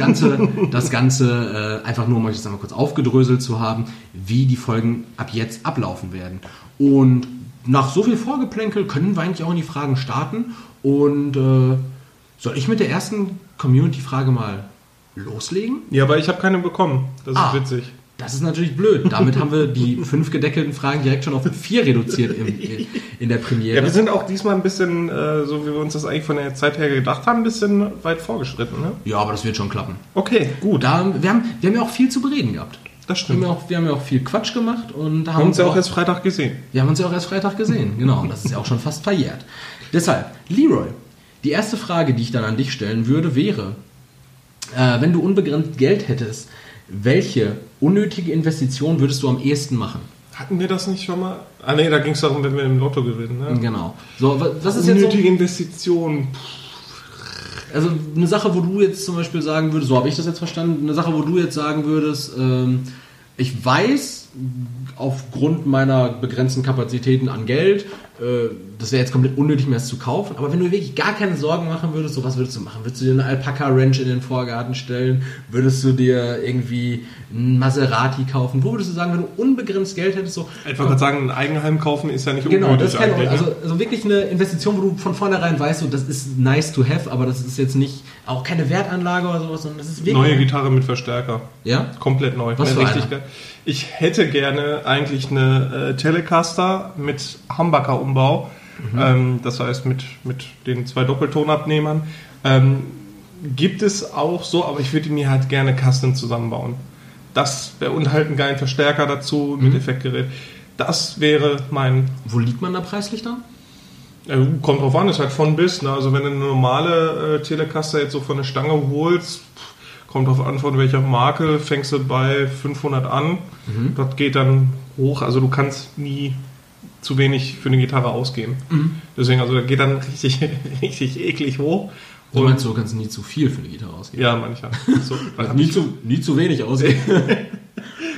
Ganze einfach nur, um euch das einmal kurz aufgedröselt zu haben, wie die Folgen ab jetzt ablaufen werden. Und nach so viel Vorgeplänkel können wir eigentlich auch in die Fragen starten. Und soll ich mit der ersten Community-Frage mal loslegen? Ja, aber ich habe keine bekommen. Das ist witzig. Das ist natürlich blöd. Damit haben wir die 5 gedeckelten Fragen direkt schon auf 4 reduziert in der Premiere. Ja, wir sind auch diesmal ein bisschen, so wie wir uns das eigentlich von der Zeit her gedacht haben, ein bisschen weit vorgeschritten. Ne? Ja, aber das wird schon klappen. Okay, gut. Wir haben ja auch viel zu bereden gehabt. Das stimmt. Wir haben ja auch viel Quatsch gemacht. Und haben uns ja auch erst Freitag gesehen. Wir haben uns ja auch erst Freitag gesehen, genau. Und das ist ja auch schon fast verjährt. Deshalb, Leroy, die erste Frage, die ich dann an dich stellen würde, wäre, wenn du unbegrenzt Geld hättest, welche unnötige Investition würdest du am ehesten machen? Hatten wir das nicht schon mal? Ah ne, da ging es darum, wenn wir im Lotto gewinnen. Ne? Genau. So, was ist unnötige jetzt so, Investition. Also eine Sache, wo du jetzt zum Beispiel sagen würdest, so habe ich das jetzt verstanden, eine Sache, wo du jetzt sagen würdest, ich weiß, aufgrund meiner begrenzten Kapazitäten an Geld, das wäre jetzt komplett unnötig, mir das zu kaufen. Aber wenn du wirklich gar keine Sorgen machen würdest, so was würdest du machen? Würdest du dir eine Alpaka-Ranch in den Vorgarten stellen? Würdest du dir irgendwie ein Maserati kaufen? Wo würdest du sagen, wenn du unbegrenzt Geld hättest? So, ich wollte gerade sagen, ein Eigenheim kaufen ist ja nicht genau, unnötig. Das kann also wirklich eine Investition, wo du von vornherein weißt, so, das ist nice to have, aber das ist jetzt nicht, auch keine Wertanlage oder sowas, sondern das ist wirklich... Neue Gitarre mit Verstärker. Ja? Komplett neu. Was für richtig geil. Ich hätte gerne eigentlich eine Telecaster mit Humbucker-Umbau. Das heißt mit den 2 Doppeltonabnehmern. Gibt es auch so, aber ich würde mir halt gerne Custom zusammenbauen. Das wäre und halt einen geilen Verstärker dazu mit Effektgerät. Das wäre mein... Wo liegt man da preislich dann? Kommt drauf an, ist halt von bis. Ne? Also wenn du eine normale Telecaster jetzt so von der Stange holst, kommt drauf an, von welcher Marke, fängst du bei 500 an. Das geht dann hoch, also du kannst nie zu wenig für eine Gitarre ausgeben. Deswegen, also das geht dann richtig, richtig eklig hoch. Du meinst, du kannst nie zu viel für eine Gitarre ausgeben? Ja, manchmal. So, nie zu wenig ausgeben.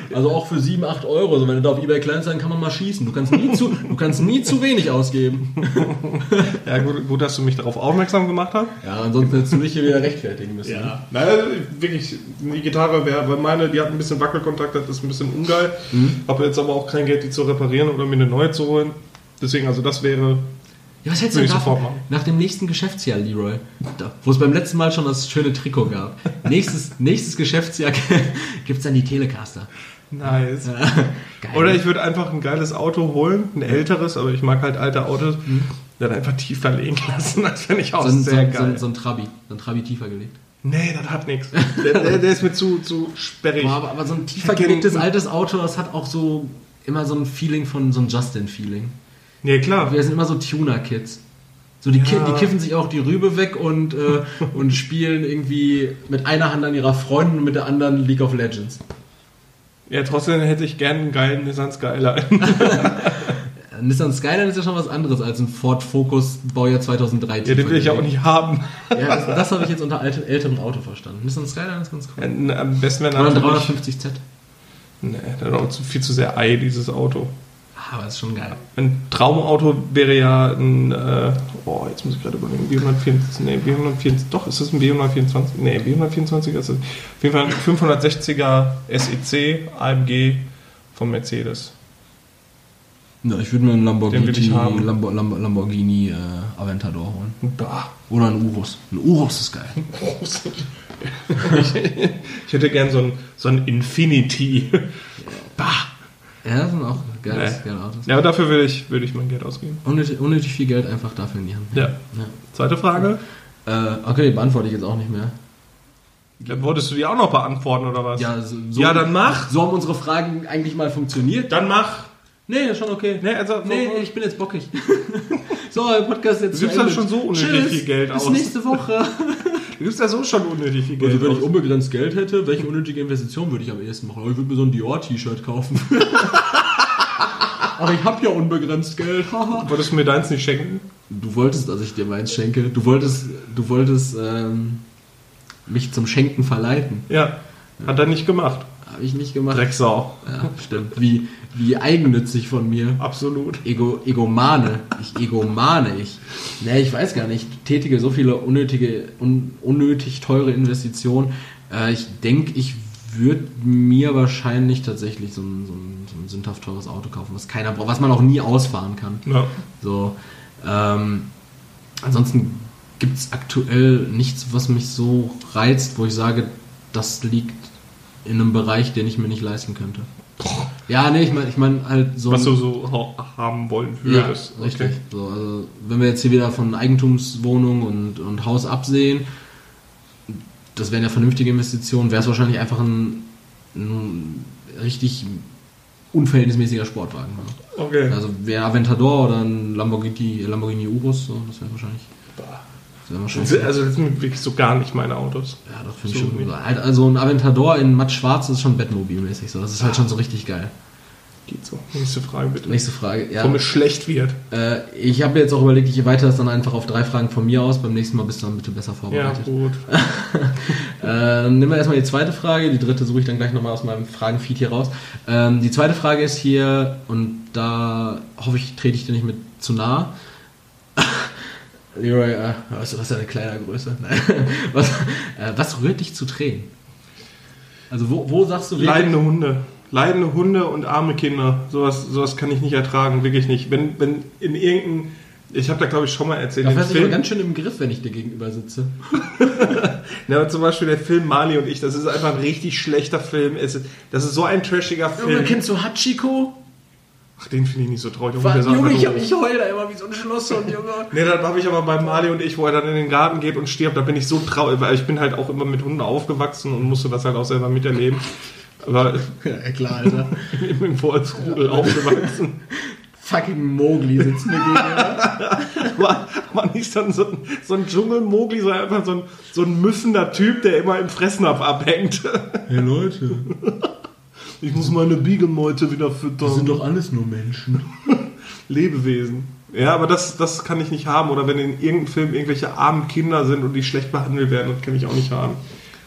Also auch für 7, 8 Euro. Also wenn du da auf eBay Kleinanzeigen kann man mal schießen. Du kannst nie zu wenig ausgeben. Ja, gut, dass du mich darauf aufmerksam gemacht hast. Ja, ansonsten hättest du mich hier wieder rechtfertigen müssen. Ja, naja, wirklich, die Gitarre wäre, weil meine, die hat ein bisschen Wackelkontakt, das ist ein bisschen ungeil. Habe jetzt aber auch kein Geld, die zu reparieren oder mir eine neue zu holen. Deswegen, also das wäre... Ja, was hältst du davon? Nach dem nächsten Geschäftsjahr, Leroy, wo es beim letzten Mal schon das schöne Trikot gab. Nächstes Geschäftsjahr gibt es dann die Telecaster. Nice. Geil. Oder ich würde einfach ein geiles Auto holen, ein älteres, aber ich mag halt alte Autos, dann einfach tiefer legen lassen. Das finde ich auch sehr geil. So ein Trabi tiefer gelegt. Nee, das hat nichts. Der ist mir zu sperrig. Boah, aber so ein tiefer gelegtes altes Auto, das hat auch so immer so ein Feeling von so ein Justin-Feeling. Nee, klar. Wir sind immer so Tuner-Kids. So die kiffen sich auch die Rübe weg und spielen irgendwie mit einer Hand an ihrer Freundin und mit der anderen League of Legends. Ja, trotzdem hätte ich gerne einen geilen Nissan Skyline. Nissan Skyline ist ja schon was anderes als ein Ford Focus Baujahr 2003. Ja, den will ich ja auch nicht haben. Ja, das habe ich jetzt unter älterem Auto verstanden. Nissan Skyline ist ganz cool. Am besten wäre natürlich... Oder 350Z. Nee, das ist auch viel zu sehr Ei, dieses Auto. Aber ist schon geil. Ein Traumauto wäre ja ein, jetzt muss ich gerade überlegen, B124, doch, ist das ein B124? Nee, B124 ist es. Auf jeden Fall ein 560er SEC AMG von Mercedes. Ja, ich würde mir einen Lamborghini Aventador holen. Bah. Oder einen Urus. Ein Urus ist geil. Ich hätte gern so ein Infinity. Bah. Ja, das sind auch geile Autos. Ja, aber dafür würde ich mein Geld ausgeben. Unnötig viel Geld einfach dafür in die Hand. Ja. Zweite Frage. Okay, beantworte ich jetzt auch nicht mehr. Wolltest du die auch noch beantworten, oder was? Ja, ja, dann mach. So haben unsere Fragen eigentlich mal funktioniert. Dann mach. Nee, ist schon okay. Nee, ich bin jetzt bockig. So, der Podcast jetzt du gibst ja schon so unnötig viel Geld aus. Bis nächste Woche. Du gibst ja so schon unnötig viel Geld aus. Also wenn ich unbegrenzt Geld hätte, welche unnötige Investition würde ich am ehesten machen? Ich würde mir so ein Dior-T-Shirt kaufen. Aber ich habe ja unbegrenzt Geld. Wolltest du mir deins nicht schenken? Du wolltest, dass ich dir meins schenke. Du wolltest mich zum Schenken verleiten. Ja, hat er nicht gemacht. Habe ich nicht gemacht. Drecksau. Ja, stimmt. Wie eigennützig von mir. Absolut. Egomane. Nee, ich weiß gar nicht. Ich tätige so viele unnötig teure Investitionen. Ich denke, ich würde mir wahrscheinlich tatsächlich so ein sündhaft teures Auto kaufen, was keiner braucht, was man auch nie ausfahren kann. Ja. So. Ansonsten gibt es aktuell nichts, was mich so reizt, wo ich sage, das liegt in einem Bereich, den ich mir nicht leisten könnte. Ja, nee, ich meine halt so... Was du so haben wollen würdest. Ja, richtig. Okay. So, also, wenn wir jetzt hier wieder von Eigentumswohnung und Haus absehen, das wären ja vernünftige Investitionen, wäre es wahrscheinlich einfach ein richtig unverhältnismäßiger Sportwagen. Ja. Okay. Also wäre Aventador oder ein Lamborghini Urus, so, das wäre wahrscheinlich... Also das sind wirklich so gar nicht meine Autos. Ja, das finde ich schon gut. Also ein Aventador in matt schwarz ist schon Batmobil-mäßig so. Das ist halt schon so richtig geil. Geht so. Nächste Frage bitte. Nächste Frage, ja. Warum es schlecht wird. Ich habe jetzt auch überlegt, ich erweitere das dann einfach auf 3 Fragen von mir aus. Beim nächsten Mal bist du dann bitte besser vorbereitet. Ja, gut. Nehmen wir erstmal die zweite Frage. Die dritte suche ich dann gleich nochmal aus meinem Fragenfeed hier raus. Die zweite Frage ist hier, und da hoffe ich, trete ich dir nicht mit zu nah. Leroy, was ist eine kleine Größe? Was rührt dich zu Tränen? Also wo sagst du... Leidende Hunde und arme Kinder. Sowas kann ich nicht ertragen, wirklich nicht. Wenn in irgendeinem... Ich habe da, glaube ich, schon mal erzählt. Da fährst du ganz schön im Griff, wenn ich dir gegenüber sitze. Ja, aber zum Beispiel der Film Marley und ich, das ist einfach ein richtig schlechter Film. Das ist so ein trashiger Film. Junge, kennst du Hachiko? Ach, den finde ich nicht so traurig. Junge, ich heule da immer wie so ein Schlosshund, Junge. Nee, das habe ich aber bei Marley und ich, wo er dann in den Garten geht und stirbt, da bin ich so traurig, weil ich bin halt auch immer mit Hunden aufgewachsen und musste das halt auch selber miterleben. Aber ja, klar, Alter. Ich bin vor als Rudel aufgewachsen. Fucking Mowgli sitzt mir gegenüber. War nicht dann so ein Dschungel-Mowgli, sondern einfach so ein müffender Typ, der immer im Fressnapf abhängt. Hey Leute. Ich muss meine Beagle-Meute wieder füttern. Das sind doch alles nur Menschen. Lebewesen. Ja, aber das kann ich nicht haben. Oder wenn in irgendeinem Film irgendwelche armen Kinder sind und die schlecht behandelt werden, das kann ich auch nicht haben.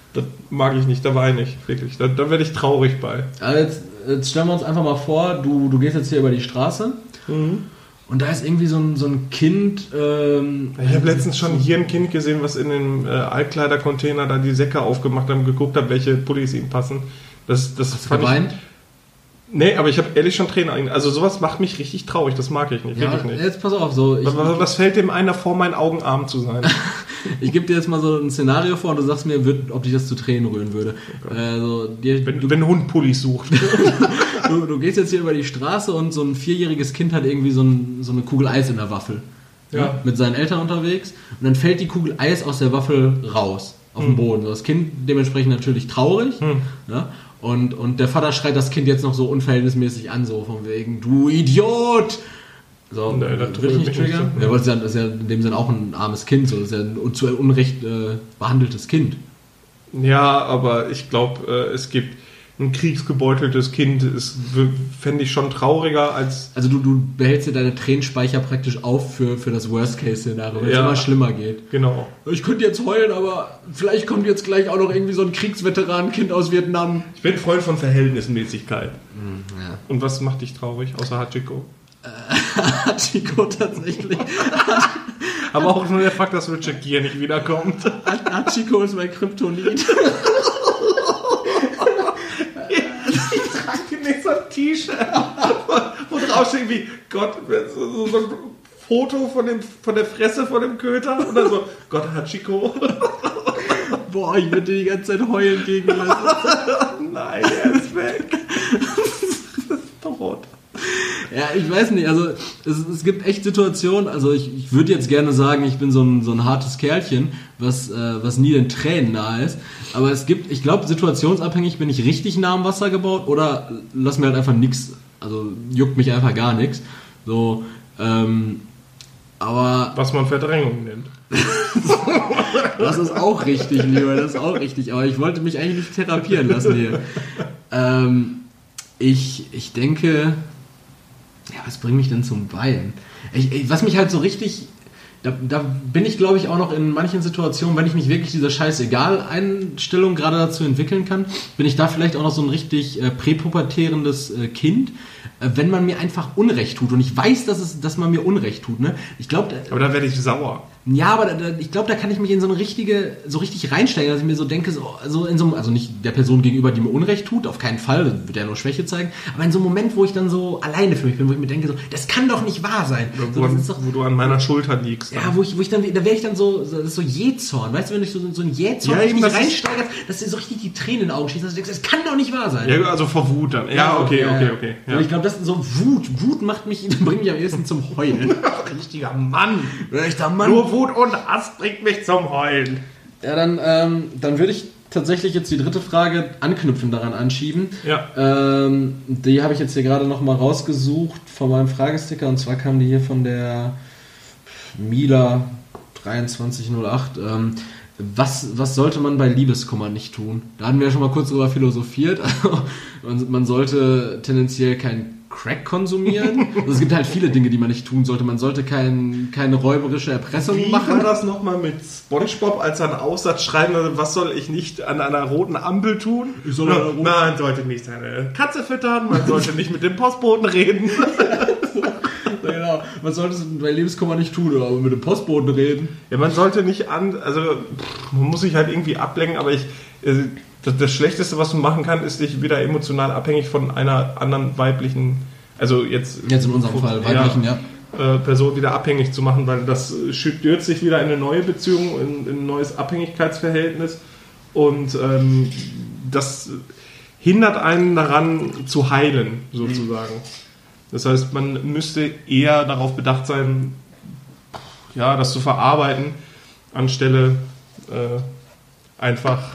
Das mag ich nicht, da weine ich wirklich. Da werde ich traurig bei. Also jetzt stellen wir uns einfach mal vor, du gehst jetzt hier über die Straße und da ist irgendwie so ein Kind. Ich habe letztens schon hier ein Kind gesehen, was in dem Altkleidercontainer da die Säcke aufgemacht hat und geguckt hat, welche Pullis ihm passen. Das Hast du geweint? Nee, aber ich habe ehrlich schon Tränen. Also sowas macht mich richtig traurig, das mag ich nicht, wirklich nicht. Jetzt pass auf, was fällt dem ein, da vor meinen Augen arm zu sein? Ich gebe dir jetzt mal so ein Szenario vor und du sagst mir, ob dich das zu Tränen rühren würde. Okay. Wenn ein Hund Pullis sucht. du gehst jetzt hier über die Straße und so ein 4-jähriges Kind hat irgendwie so eine Kugel Eis in der Waffel. Ja. Mit seinen Eltern unterwegs und dann fällt die Kugel Eis aus der Waffel raus auf den Boden. Das Kind dementsprechend natürlich traurig. Ja? Und der Vater schreit das Kind jetzt noch so unverhältnismäßig an, so von wegen, du Idiot! So, nee, das würde ich nicht triggern. Ja, das ist ja in dem Sinne auch ein armes Kind, so, das ist ja ein zu Unrecht behandeltes Kind. Ja, aber ich glaube, es gibt ein kriegsgebeuteltes Kind, fände ich schon trauriger als... Also du behältst dir deine Tränenspeicher praktisch auf für das Worst-Case-Szenario, wenn es immer schlimmer geht. Genau. Ich könnte jetzt heulen, aber vielleicht kommt jetzt gleich auch noch irgendwie so ein Kriegsveteran-Kind aus Vietnam. Ich bin Freund von Verhältnismäßigkeit. Ja. Und was macht dich traurig, außer Hachiko? Hachiko tatsächlich. Aber auch nur der Fakt, dass Richard Gere nicht wiederkommt. Hachiko ist mein Kryptonit. Ich trage nicht so ein T-Shirt, wo drauf steht wie Gott, so ein Foto von der Fresse von dem Köter oder so, Gott Hachiko. Boah, ich würde die ganze Zeit heulen gegen Nein, er ist weg. Das ist tot. Ja, ich weiß nicht, also es gibt echt Situationen, also ich würde jetzt gerne sagen, ich bin so ein hartes Kerlchen, was nie den Tränen nahe ist, aber es gibt, ich glaube, situationsabhängig bin ich richtig nah am Wasser gebaut oder lass mir halt einfach nichts, also juckt mich einfach gar nichts, so, aber... Was man Verdrängung nennt. Das ist auch richtig, lieber, das ist auch richtig, aber ich wollte mich eigentlich nicht therapieren lassen hier. Ich denke... Ja, was bringt mich denn zum Weinen? Was mich halt so richtig... Da bin ich, glaube ich, auch noch in manchen Situationen, wenn ich mich wirklich dieser Scheißegal-Einstellung gerade dazu entwickeln kann, bin ich da vielleicht auch noch so ein richtig präpubertärendes Kind, wenn man mir einfach Unrecht tut. Und ich weiß, dass man mir Unrecht tut. Ne? Ich glaub, aber da werde ich sauer. Ja, aber ich glaube, da kann ich mich in so richtig reinsteigen, dass ich mir so denke, also nicht der Person gegenüber, die mir Unrecht tut, auf keinen Fall, das wird ja nur Schwäche zeigen, aber in so einem Moment, wo ich dann so alleine für mich bin, wo ich mir denke, so, das kann doch nicht wahr sein. Wo du an meiner Schulter liegst. Ja, wo ich dann, da wäre ich dann so, das ist so Jähzorn, weißt du, wenn du so ein Jähzorn richtig reinsteigerst, dass dir so richtig die Tränen in den Augen schießt, dass du denkst, das kann doch nicht wahr sein. Ja, also vor Wut dann. Ja, okay. Ja. Und ich glaube, das ist so Wut bringt mich am ehesten zum Heulen. Richtiger Mann. Rechter Mann. Nur Wut und Hass bringt mich zum Heulen. Ja, dann würde ich tatsächlich jetzt die dritte Frage anknüpfen, daran anschieben. Ja. Die habe ich jetzt hier gerade nochmal rausgesucht von meinem Fragesticker und zwar kam die hier von der Mila 2308. Was sollte man bei Liebeskummer nicht tun? Da hatten wir ja schon mal kurz drüber philosophiert. Man sollte tendenziell kein Crack konsumieren. Also es gibt halt viele Dinge, die man nicht tun sollte. Man sollte keine räuberische Erpressung machen. Wie war das nochmal mit SpongeBob, als er einen Aufsatz schreiben würde, was soll ich nicht an einer roten Ampel tun? Man sollte nicht seine Katze füttern, man sollte nicht mit dem Postboten reden. Genau, man sollte es bei Liebeskummer nicht tun, aber mit dem Postboten reden. Ja, man sollte nicht man muss sich halt irgendwie ablenken, aber das Schlechteste, was du machen kannst, ist dich wieder emotional abhängig von einer anderen weiblichen, also jetzt in unserem Fall weiblichen, Person wieder abhängig zu machen, weil das stürzt sich wieder in eine neue Beziehung, in ein neues Abhängigkeitsverhältnis und das hindert einen daran zu heilen, sozusagen. Das heißt, man müsste eher darauf bedacht sein, das zu verarbeiten, anstelle einfach...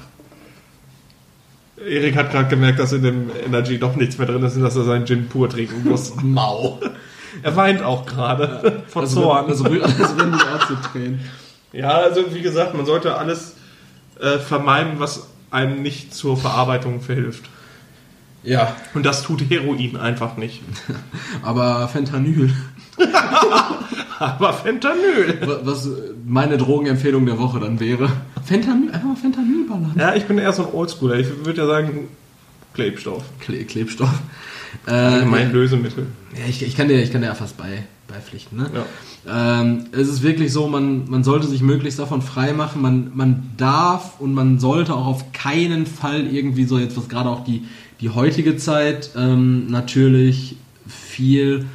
Erik hat gerade gemerkt, dass in dem Energy doch nichts mehr drin ist und dass er seinen Gin pur trinken muss. Mau. Er weint auch gerade vor Zorn. Das rührt mich auch zu Tränen. Ja, also wie gesagt, man sollte alles vermeiden, was einem nicht zur Verarbeitung verhilft. Ja. Und das tut Heroin einfach nicht. Aber Fentanyl. Aber Fentanyl. Was meine Drogenempfehlung der Woche dann wäre. Fentanyl, einfach mal Fentanyl ballern. Ja, ich bin eher so ein Oldschooler. Ich würde ja sagen, Klebstoff. Klebstoff. Mein Lösemittel. Ja, ich kann dir ja fast beipflichten. Ne? Ja. Es ist wirklich so, man sollte sich möglichst davon frei machen. Man darf und man sollte auch auf keinen Fall irgendwie so, jetzt was gerade auch die heutige Zeit natürlich viel,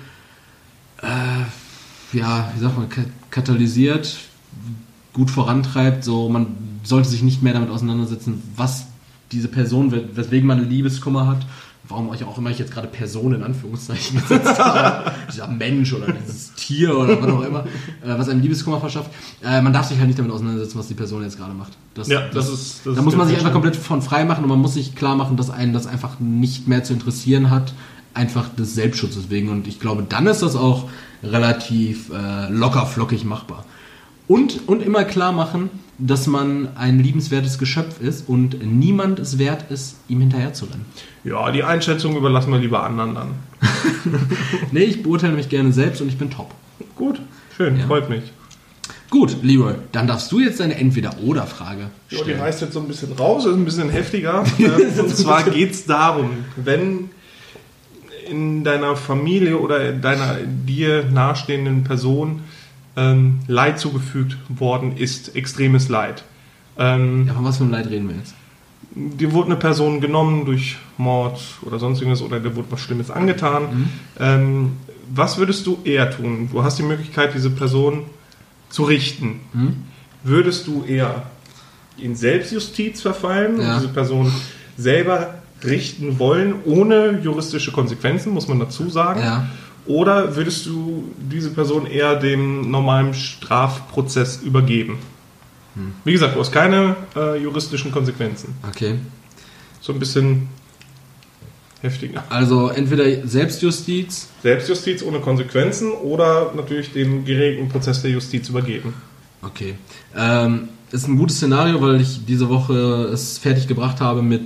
wie sagt man, katalysiert, gut vorantreibt. So, man sollte sich nicht mehr damit auseinandersetzen, was diese Person, weswegen man Liebeskummer hat. Warum auch immer ich jetzt gerade Person in Anführungszeichen gesetzt habe, dieser Mensch oder dieses Tier oder was auch immer, was einem Liebeskummer verschafft. Man darf sich halt nicht damit auseinandersetzen, was die Person jetzt gerade macht. Da muss man sich einfach komplett von frei machen und man muss sich klar machen, dass einen das einfach nicht mehr zu interessieren hat, einfach des Selbstschutzes wegen. Und ich glaube, dann ist das auch relativ locker flockig machbar. Und immer klar machen, dass man ein liebenswertes Geschöpf ist und niemand es wert ist, ihm hinterher zu rennen. Ja, die Einschätzung überlassen wir lieber anderen dann. Nee, ich beurteile mich gerne selbst und ich bin top. Gut, schön, freut mich. Gut, Leroy, dann darfst du jetzt deine Entweder-Oder-Frage Ja, stellen. die reißt jetzt so ein bisschen raus, ist ein bisschen heftiger. Und zwar geht es darum, wenn in deiner Familie oder in deiner dir nahestehenden Person Leid zugefügt worden ist, extremes Leid. Von was für ein Leid reden wir jetzt? Dir wurde eine Person genommen durch Mord oder sonst irgendwas oder dir wurde was Schlimmes angetan. Was würdest du eher tun? Du hast die Möglichkeit, diese Person zu richten. Würdest du eher in Selbstjustiz verfallen und diese Person selber richten wollen, ohne juristische Konsequenzen, muss man dazu sagen? Ja. Oder würdest du diese Person eher dem normalen Strafprozess übergeben? Wie gesagt, du hast keine juristischen Konsequenzen. Okay. So ein bisschen heftiger. Also entweder Selbstjustiz. Selbstjustiz ohne Konsequenzen oder natürlich dem geregelten Prozess der Justiz übergeben. Okay. Ist ein gutes Szenario, weil ich diese Woche es fertig gebracht habe, mit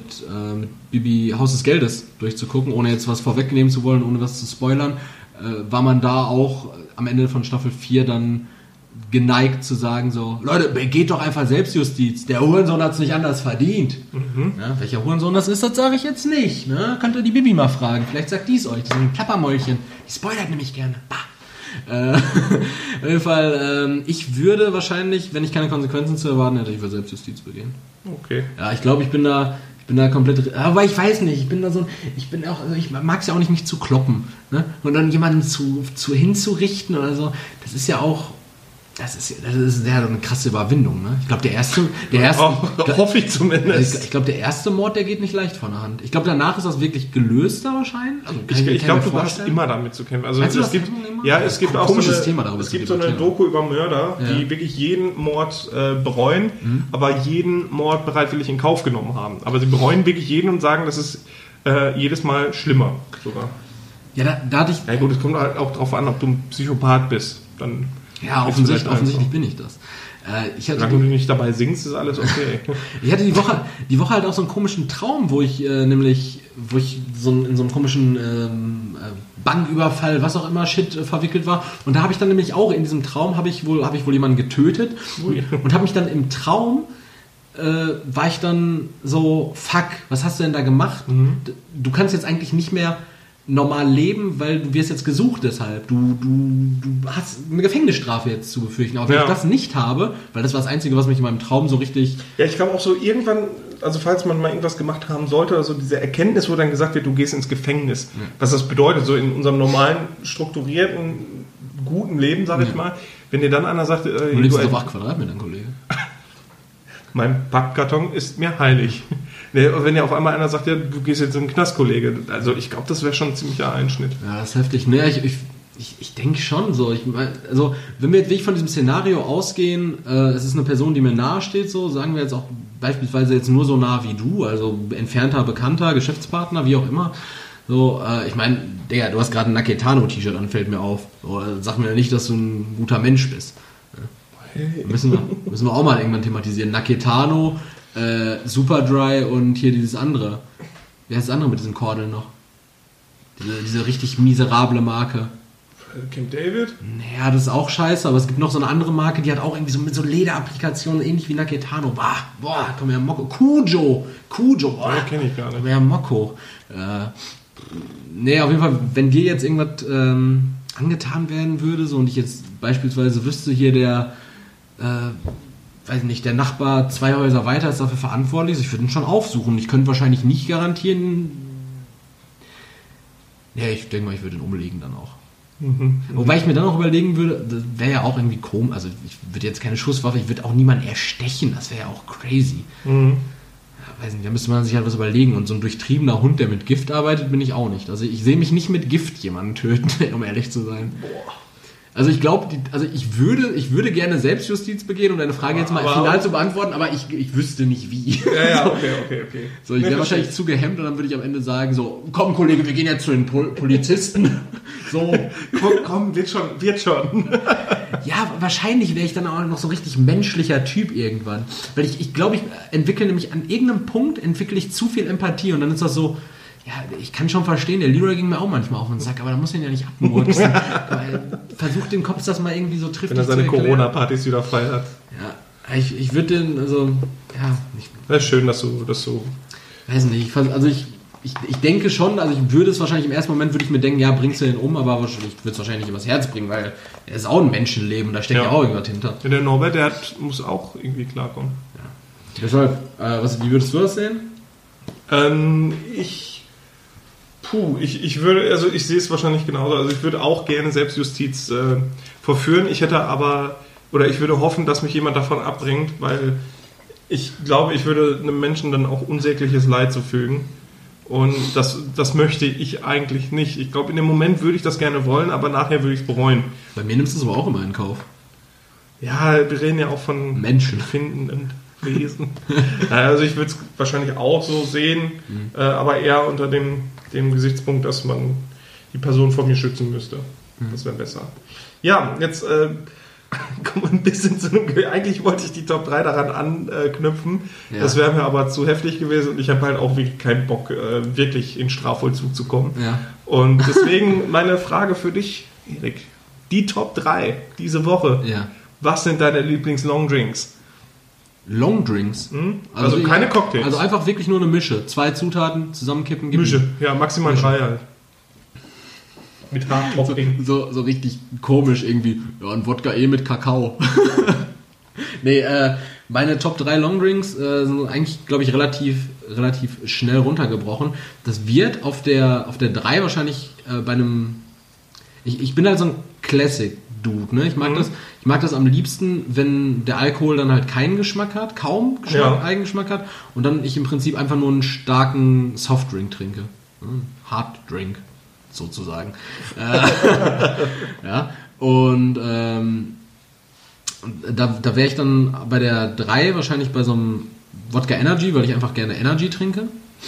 Bibi Haus des Geldes durchzugucken, ohne jetzt was vorwegnehmen zu wollen, ohne was zu spoilern. War man da auch am Ende von Staffel 4 dann geneigt zu sagen so, Leute, geht doch einfach Selbstjustiz, der Hurensohn hat es nicht anders verdient. Ja, welcher Hurensohn das ist, das sage ich jetzt nicht. Ne? Könnt ihr die Bibi mal fragen, vielleicht sagt die es euch, das ist ein Klappermäulchen, die spoilert nämlich gerne. Auf jeden Fall, ich würde wahrscheinlich, wenn ich keine Konsequenzen zu erwarten hätte, ich würde Selbstjustiz begehen. Okay. Ja, ich glaube, ich bin da komplett, aber ich weiß nicht, ich mag es ja auch nicht, mich zu kloppen, ne? Und dann jemanden hinzurichten oder so, das ist ja auch, das ist ja eine krasse Überwindung, ne? Ich glaube, der erste hoffe ich zumindest. Ich glaube, der erste Mord, der geht nicht leicht von der Hand. Ich glaube, danach ist das wirklich gelöster wahrscheinlich. Also, ich glaube, du hast immer damit zu kämpfen. Also es gibt auch so eine Doku über Mörder, die wirklich jeden Mord bereuen, aber jeden Mord bereitwillig in Kauf genommen haben. Aber sie bereuen wirklich jeden und sagen, das ist jedes Mal schlimmer sogar. Ja, da hatte ich... Ja gut, es kommt halt auch darauf an, ob du ein Psychopath bist. Dann ja, offensichtlich bin ich das. Solange du nicht dabei singst, ist alles okay. Ich hatte die Woche halt auch so einen komischen Traum, wo ich in so einem komischen Banküberfall, was auch immer, Shit verwickelt war. Und da habe ich dann nämlich auch in diesem Traum habe ich wohl jemanden getötet und habe mich dann im Traum war ich dann so, fuck, was hast du denn da gemacht? Du kannst jetzt eigentlich nicht mehr normal leben, weil du wirst jetzt gesucht deshalb. Du hast eine Gefängnisstrafe jetzt zu befürchten. Aber wenn ich das nicht habe, weil das war das Einzige, was mich in meinem Traum so richtig... Ja, ich glaube auch so irgendwann, also falls man mal irgendwas gemacht haben sollte, also diese Erkenntnis, wo dann gesagt wird, du gehst ins Gefängnis. Ja. Was das bedeutet, so in unserem normalen, strukturierten, guten Leben, sage ich mal, wenn dir dann einer sagt... du lebst auf 8 Quadratmetern, Kollege. Mein Pappkarton ist mir heilig. Wenn ja auf einmal einer sagt, ja, du gehst jetzt in den Knast, Kollege. Also ich glaube, das wäre schon ein ziemlicher Einschnitt. Ja, das ist heftig. Ne, ich denke schon so. Also wenn wir jetzt wirklich von diesem Szenario ausgehen, es ist eine Person, die mir nahe steht, so sagen wir jetzt auch beispielsweise jetzt nur so nah wie du, also entfernter Bekannter, Geschäftspartner, wie auch immer. So, ich meine, Digga, du hast gerade ein Naketano-T-Shirt an, fällt mir auf. So, sag mir nicht, dass du ein guter Mensch bist. Hey. Müssen wir auch mal irgendwann thematisieren. Naketano, Superdry und hier dieses andere. Wer ist das andere mit diesen Kordeln noch? Diese richtig miserable Marke. Camp David? Naja, das ist auch scheiße, aber es gibt noch so eine andere Marke, die hat auch irgendwie so mit so Lederapplikationen, ähnlich wie Naketano. Boah, komm her, Mokko. Kujo, boah. Ja, kenne ich gar nicht. Komm her, Mokko. Nee, auf jeden Fall, wenn dir jetzt irgendwas angetan werden würde, so und ich jetzt beispielsweise wüsste, hier der, weiß nicht, der Nachbar 2 Häuser weiter ist dafür verantwortlich, ich würde ihn schon aufsuchen. Ich könnte wahrscheinlich nicht garantieren. Ja, ich denke mal, ich würde ihn umlegen dann auch. Wobei ich mir dann auch überlegen würde, das wäre ja auch irgendwie komisch, also ich würde jetzt keine Schusswaffe, ich würde auch niemanden erstechen, das wäre ja auch crazy. Ja, weiß nicht, da müsste man sich halt was überlegen und so ein durchtriebener Hund, der mit Gift arbeitet, bin ich auch nicht. Also ich sehe mich nicht mit Gift jemanden töten, um ehrlich zu sein. Boah. Also ich glaube, ich würde gerne Selbstjustiz begehen, um deine Frage jetzt mal final zu beantworten, aber ich wüsste nicht wie. Ja, okay. So, ich wäre wahrscheinlich zu gehemmt und dann würde ich am Ende sagen, so, komm Kollege, wir gehen jetzt zu den Polizisten. So. Komm, wird schon. Ja, wahrscheinlich wäre ich dann auch noch so richtig menschlicher Typ irgendwann. Weil ich glaube, ich entwickle nämlich an irgendeinem Punkt, zu viel Empathie und dann ist das so, ja, ich kann schon verstehen, der Leroy ging mir auch manchmal auf den Sack, aber da muss ich ihn ja nicht abmurksen. Versucht den Kopf das mal irgendwie so triftig wenn er seine Corona-Partys wieder feiert. Ja, ich würde den, also, ja. Das ist schön, dass du... Weiß nicht, ich denke schon, also ich würde es wahrscheinlich im ersten Moment, würde ich mir denken, ja, bringst du den um, aber ich würde es wahrscheinlich übers Herz bringen, weil er ist auch ein Menschenleben, da steckt ja auch irgendwas hinter. Ja, der Norbert, muss auch irgendwie klarkommen. Ja. Deshalb, wie würdest du das sehen? Ich würde, also ich sehe es wahrscheinlich genauso, also ich würde auch gerne Selbstjustiz verführen, ich würde hoffen, dass mich jemand davon abbringt, weil ich glaube, ich würde einem Menschen dann auch unsägliches Leid zufügen und das möchte ich eigentlich nicht. Ich glaube, in dem Moment würde ich das gerne wollen, aber nachher würde ich es bereuen. Bei mir nimmst du es aber auch immer in Kauf. Ja, wir reden ja auch von Menschen. Finden und Wesen. Also ich würde es wahrscheinlich auch so sehen, aber eher unter dem Gesichtspunkt, dass man die Person vor mir schützen müsste. Das wäre besser. Ja, jetzt kommen wir ein bisschen zu einem... Eigentlich wollte ich die Top 3 daran anknüpfen. Ja. Das wäre mir aber zu heftig gewesen und ich habe halt auch wirklich keinen Bock, wirklich in Strafvollzug zu kommen. Ja. Und deswegen meine Frage für dich, Erik. Die Top 3 diese Woche. Ja. Was sind deine Lieblings-Longdrinks? Longdrinks? Also keine Cocktails. Also einfach wirklich nur eine Mische. 2 Zutaten zusammenkippen. Mische, ja, maximal 3 halt. Mit Hardtopping. So richtig komisch irgendwie. Ja, ein Wodka mit Kakao. Nee, meine Top 3 Longdrinks sind eigentlich, glaube ich, relativ schnell runtergebrochen. Das wird auf der 3 wahrscheinlich bei einem... Ich bin halt so ein Classic-Dude, ne? Ich mag das am liebsten, wenn der Alkohol dann halt keinen Geschmack hat, kaum Eigengeschmack hat und dann ich im Prinzip einfach nur einen starken Softdrink trinke. Harddrink, sozusagen. Ja, und da wäre ich dann bei der 3 wahrscheinlich bei so einem Wodka Energy, weil ich einfach gerne Energy trinke.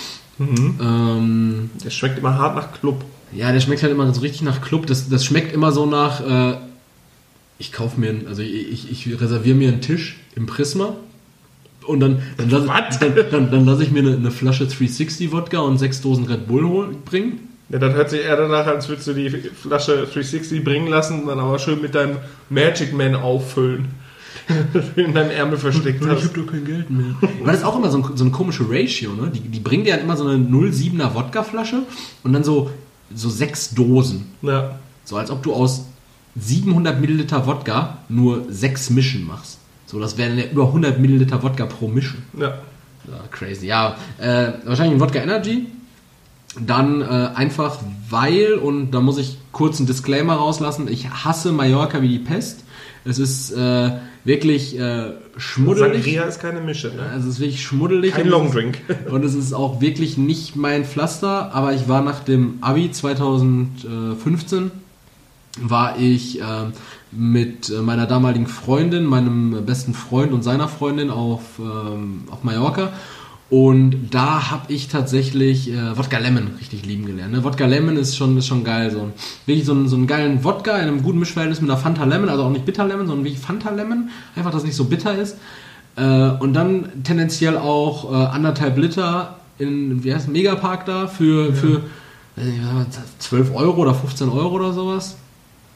Der schmeckt immer hart nach Club. Ja, der schmeckt halt immer so richtig nach Club. Das schmeckt immer so nach... ich reserviere mir einen Tisch im Prisma und dann lasse ich mir eine Flasche 360 Wodka und 6 Dosen Red Bull bringen. Ja, das hört sich eher danach an, als würdest du die Flasche 360 bringen lassen und dann aber schön mit deinem Magic Man auffüllen. In deinem Ärmel versteckt hast. Ich hab doch kein Geld mehr. Weil das ist auch immer so eine komische Ratio, ne? Die bringen dir halt immer so eine 0,7er Wodka-Flasche und dann so 6 Dosen. Ja. So als ob du aus 700 Milliliter Wodka nur 6 Mischen machst. So, das wären ja über 100 Milliliter Wodka pro Mischen. Ja. Crazy. Ja, wahrscheinlich ein Wodka Energy. Dann einfach weil, und da muss ich kurz einen Disclaimer rauslassen, ich hasse Mallorca wie die Pest. Es ist wirklich schmuddelig. Sangria ist keine Mische, ne? Also es ist wirklich schmuddelig. Kein Longdrink. Und es ist auch wirklich nicht mein Pflaster, aber ich war nach dem Abi 2015 war ich mit meiner damaligen Freundin, meinem besten Freund und seiner Freundin auf Mallorca. Und da habe ich tatsächlich Wodka Lemon richtig lieben gelernt. Ne? Wodka Lemon ist schon geil. Wirklich so einen geilen Wodka in einem guten Mischverhältnis mit einer Fanta Lemon, also auch nicht Bitter Lemon, sondern wirklich Fanta Lemon. Einfach, dass es nicht so bitter ist. Und dann tendenziell auch 1,5 Liter in, wie heißt Megapark da für 12 Euro oder 15 Euro oder sowas.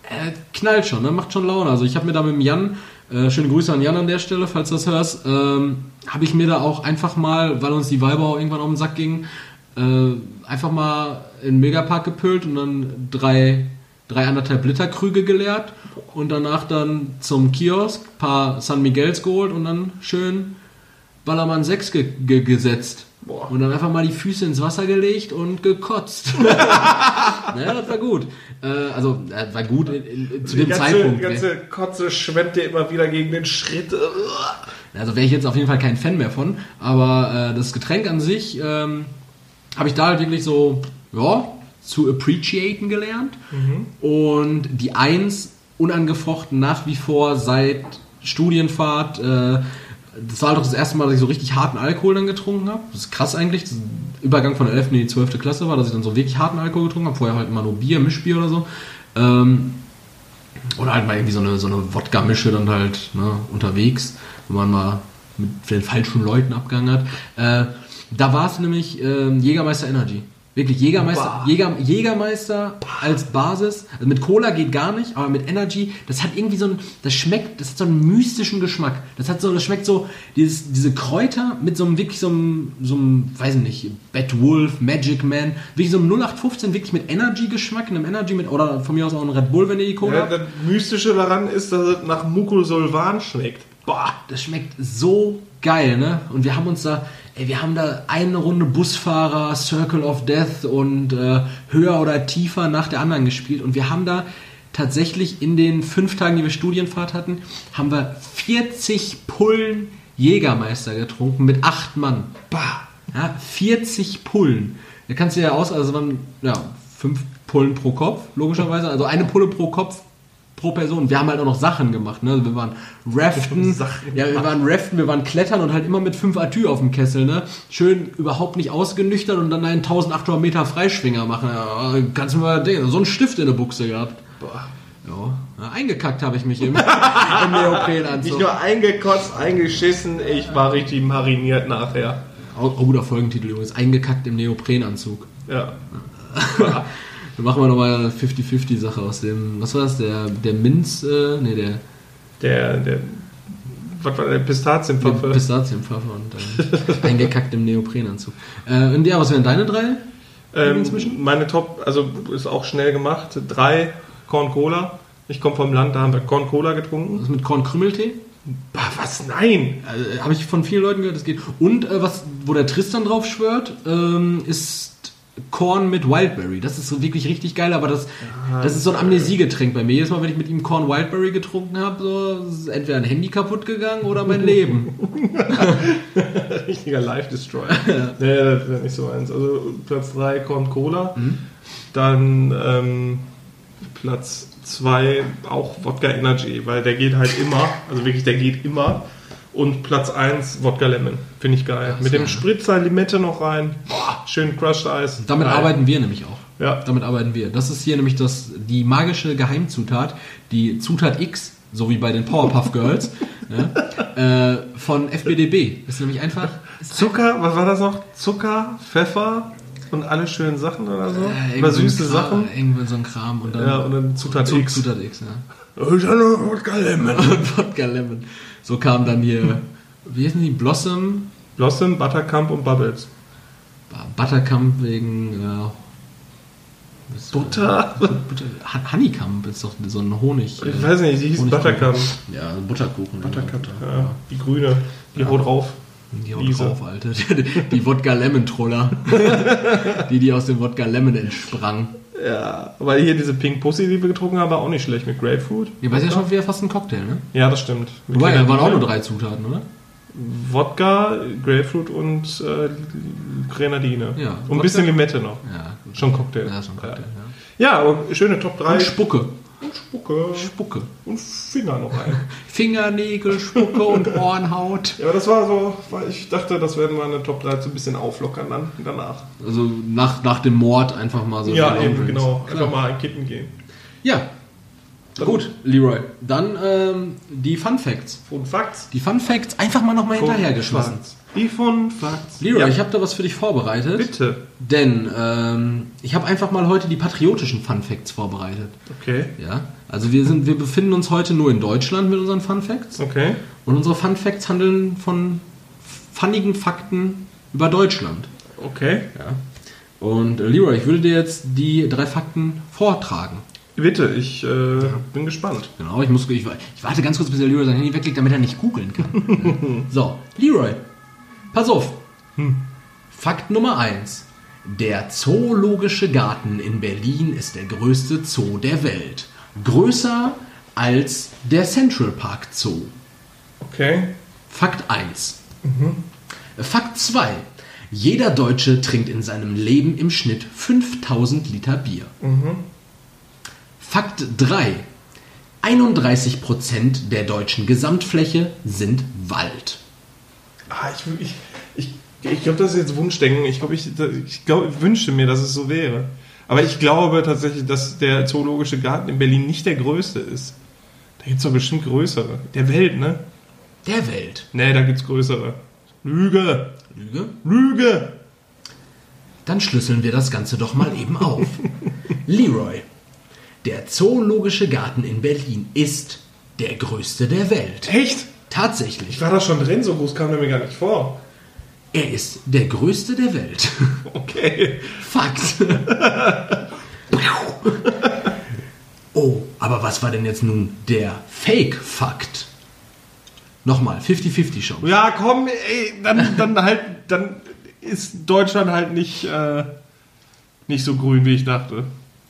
knallt schon, ne? Macht schon Laune. Also ich habe mir da mit dem Jan, schöne Grüße an Jan an der Stelle, falls du das hörst, habe ich mir da auch einfach mal, weil uns die Weiber irgendwann auf den Sack gingen, einfach mal in den Megapark gepölt und dann 3,5 Liter Krüge geleert und danach dann zum Kiosk, paar San Miguels geholt und dann schön Ballermann 6 gesetzt. Boah. Und dann einfach mal die Füße ins Wasser gelegt und gekotzt. Naja, das war gut. War gut zu dem Zeitpunkt. Die ganze Kotze schwemmt dir immer wieder gegen den Schritt. Also wäre ich jetzt auf jeden Fall kein Fan mehr von. Aber das Getränk an sich habe ich da halt wirklich so, zu appreciaten gelernt. Und die 1 unangefochten nach wie vor seit Studienfahrt. Das war doch das erste Mal, dass ich so richtig harten Alkohol dann getrunken habe. Das ist krass eigentlich. Das Übergang von der 11. in die 12. Klasse war, dass ich dann so wirklich harten Alkohol getrunken habe. Vorher halt immer nur Bier, Mischbier oder so. Oder halt mal irgendwie so eine Wodka-Mische dann halt unterwegs, wenn man mal mit den falschen Leuten abgehangen hat. Da war es nämlich Jägermeister Energy. Wirklich Jägermeister als Basis. Also mit Cola geht gar nicht, aber mit Energy, das hat irgendwie das hat so einen mystischen Geschmack. Das schmeckt so, diese Kräuter mit so einem, weiß ich nicht, Bad Wolf, Magic Man, wirklich so einem 0815, wirklich mit Energy-Geschmack, oder von mir aus auch ein Red Bull, wenn ihr die Cola habt. Das Mystische daran ist, dass es nach Mucosolvan schmeckt. Boah, das schmeckt so geil, ne? Und wir haben da eine Runde Busfahrer, Circle of Death und höher oder tiefer nach der anderen gespielt. Und wir haben da tatsächlich in den 5 Tagen, die wir Studienfahrt hatten, haben wir 40 Pullen Jägermeister getrunken mit 8 Mann. Bah! Ja, 40 Pullen. Da kannst du ja also waren 5 Pullen pro Kopf, logischerweise. Also eine Pulle pro Kopf pro Person. Wir haben halt auch noch Sachen gemacht, ne? Wir waren Raften, wir waren Klettern und halt immer mit 5 Atü auf dem Kessel, ne? Schön überhaupt nicht ausgenüchtert und dann einen 1800 Meter Freischwinger machen. Ja, kannst du mal denken, so einen Stift in der Buchse gehabt. Boah. Ja, eingekackt habe ich mich im Neoprenanzug. Nicht nur eingekotzt, eingeschissen, ich war richtig mariniert nachher. Guter Folgentitel übrigens, eingekackt im Neoprenanzug. Ja. Dann machen wir nochmal eine 50-50-Sache aus dem, was war das, der Minz, was war der Pistazienpfaffe? Der Pistazienpfaffe und eingekackt im Neoprenanzug. Und ja, was wären deine 3? Meine Top, also ist auch schnell gemacht, 3 Korn Cola. Ich komme vom Land, da haben wir Korn Cola getrunken. Was mit Korn Krümmeltee? Bah, was? Nein! Also, habe ich von vielen Leuten gehört, das geht. Und wo der Tristan drauf schwört, ist Korn mit Wildberry. Das ist so wirklich richtig geil, aber das ist so ein Amnesiegetränk bei mir. Jedes Mal, wenn ich mit ihm Korn Wildberry getrunken habe, so ist entweder ein Handy kaputt gegangen oder mein Leben. Richtiger Life-Destroyer. Nee, das wäre nicht so eins. Also Platz 3 Korn Cola. Dann Platz 2 auch Wodka Energy, weil der geht halt immer. Also wirklich, der geht immer. Und Platz 1 Wodka Lemon. Finde ich geil. Mit dem Spritzer Limette noch rein. Boah, schön Crushed Eis. Damit arbeiten wir nämlich auch. Ja. Damit arbeiten wir. Das ist hier nämlich die magische Geheimzutat. Die Zutat X, so wie bei den Powerpuff Girls, von FBDB. Ist nämlich einfach... Zucker, was war das noch? Zucker, Pfeffer und alle schönen Sachen oder so? Oder süße Sachen? Irgendwie so ein Kram. Und dann Zutat X. Zutat X, ja. Wodka Lemon. Wodka Lemon. So kam dann hier, wie heißen die? Blossom, Buttercamp und Bubbles. Buttercamp wegen Butter? Honeycamp ist doch so ein Honig. Ich weiß nicht, die hieß Buttercamp. Ja, Butterkuchen. Buttercamp, ja. Die grüne, die haut drauf. Die haut drauf, Alter. Die Wodka Lemon Troller. die aus dem Wodka Lemon entsprang. Ja, weil hier diese Pink Pussy, die wir getrunken haben, war auch nicht schlecht mit Grapefruit. Ja, aber ist ja schon wieder fast ein Cocktail, ne? Ja, das stimmt. Wobei, da waren auch nur 3 Zutaten, oder? Wodka, Grapefruit und Grenadine. Ja. Und ein bisschen Limette noch. Ja, gut. Schon Cocktail. Ja, schon Cocktail, ja. Aber schöne Top 3. Und Spucke. Spucke. Und Finger noch rein. Fingernägel, Spucke und Ohrenhaut. Ja, aber das war so, weil ich dachte, das werden wir eine Top 3 so ein bisschen auflockern dann danach. Also nach dem Mord einfach mal so. Ja, eben, genau. Einfach mal kippen gehen. Ja. Gut, Leroy. Dann die Fun Facts. Fun Facts? Die Fun Facts einfach mal nochmal hinterhergeschmissen. Die Fun Facts. Leroy, ich habe da was für dich vorbereitet. Bitte. Denn ich habe einfach mal heute die patriotischen Fun Facts vorbereitet. Okay. Ja, also wir befinden uns heute nur in Deutschland mit unseren Fun Facts. Okay. Und unsere Fun Facts handeln von funnigen Fakten über Deutschland. Okay. Ja. Und Leroy, ich würde dir jetzt die 3 Fakten vortragen. Bitte, ich bin gespannt. Genau, ich warte ganz kurz, bis der Leroy sein Handy weglegt, damit er nicht googeln kann. So, Leroy, pass auf. Fakt Nummer 1. Der Zoologische Garten in Berlin ist der größte Zoo der Welt. Größer als der Central Park Zoo. Okay. Fakt 1. Fakt 2. Jeder Deutsche trinkt in seinem Leben im Schnitt 5000 Liter Bier. Fakt 3. 31% der deutschen Gesamtfläche sind Wald. Ich glaube, das ist jetzt Wunschdenken. Ich wünschte mir, dass es so wäre. Aber ich glaube tatsächlich, dass der Zoologische Garten in Berlin nicht der größte ist. Da gibt es doch bestimmt größere. Der Welt, ne? Der Welt. Nee, da gibt es größere. Lüge. Lüge? Lüge. Dann schlüsseln wir das Ganze doch mal eben auf. Leroy, der Zoologische Garten in Berlin ist der größte der Welt. Echt? Tatsächlich. Ich war da schon drin, so groß kam der mir gar nicht vor. Er ist der größte der Welt. Okay. Fakt. Oh, aber was war denn jetzt nun der Fake-Fakt? Nochmal, 50-50 Chance. Ja, komm, ey, dann ist Deutschland halt nicht so grün, wie ich dachte.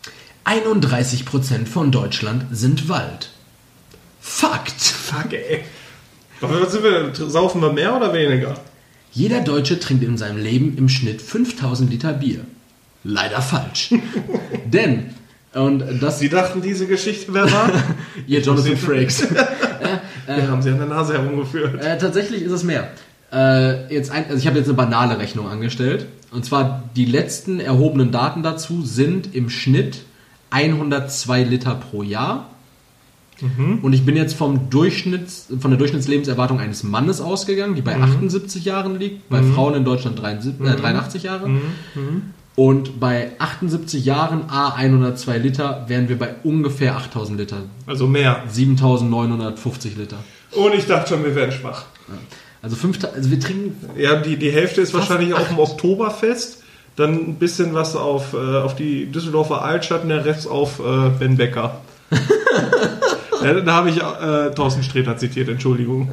31% von Deutschland sind Wald. Fakt. Fuck, ey. Was sind wir? Saufen wir mehr oder weniger? Jeder Deutsche trinkt in seinem Leben im Schnitt 5000 Liter Bier. Leider falsch. Denn, und das... Sie dachten, diese Geschichte wäre wahr? Ihr Jonathan Frakes. Wir haben sie an der Nase herumgeführt. Tatsächlich ist es mehr. Ich habe jetzt eine banale Rechnung angestellt. Und zwar die letzten erhobenen Daten dazu sind im Schnitt 102 Liter pro Jahr. Und ich bin jetzt von der Durchschnittslebenserwartung eines Mannes ausgegangen, die bei 78 Jahren liegt, bei Frauen in Deutschland 83 Jahre. Und bei 78 Jahren, 102 Liter, wären wir bei ungefähr 8000 Liter. Also mehr. 7950 Liter. Und ich dachte schon, wir wären schwach. Ja. Also wir trinken... Ja, die Hälfte ist wahrscheinlich auf dem Oktoberfest, dann ein bisschen was auf die Düsseldorfer Altstadt und der Rest auf Ben Becker. Ja, da habe ich Thorsten Sträter zitiert, Entschuldigung.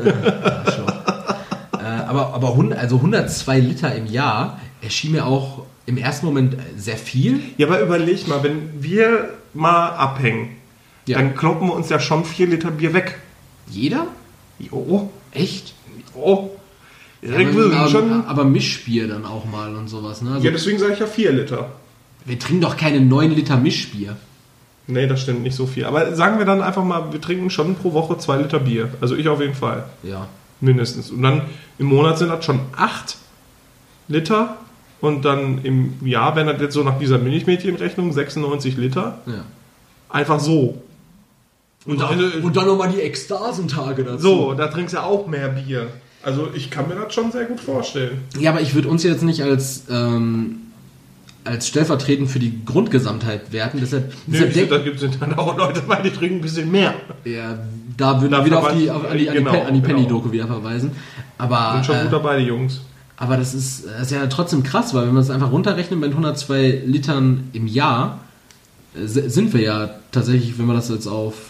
Aber 102 Liter im Jahr erschien mir auch im ersten Moment sehr viel. Ja, aber überleg mal, wenn wir mal abhängen, dann kloppen wir uns ja schon 4 Liter Bier weg. Jeder? Jo. Echt? Jo. Aber Mischbier dann auch mal und sowas. Ne? Also, ja, deswegen sage ich ja 4 Liter. Wir trinken doch keine 9 Liter Mischbier. Nee, das stimmt nicht so viel. Aber sagen wir dann einfach mal, wir trinken schon pro Woche 2 Liter Bier. Also ich auf jeden Fall. Ja. Mindestens. Und dann im Monat sind das schon 8 Liter. Und dann im Jahr, wenn das jetzt so nach dieser Milchmädchenrechnung, 96 Liter. Ja. Einfach so. Und dann nochmal die Ekstasentage dazu. So, da trinkst du ja auch mehr Bier. Also ich kann mir das schon sehr gut vorstellen. Ja, aber ich würde uns jetzt nicht als stellvertretend für die Grundgesamtheit werten. Deshalb da gibt es dann auch Leute, die trinken ein bisschen mehr. Ja, da würden wir wieder an die Penny-Doku wieder verweisen. Aber, sind schon gut dabei, die Jungs. Aber das ist ja trotzdem krass, weil wenn man es einfach runterrechnet mit 102 Litern im Jahr, sind wir ja tatsächlich, wenn wir das jetzt auf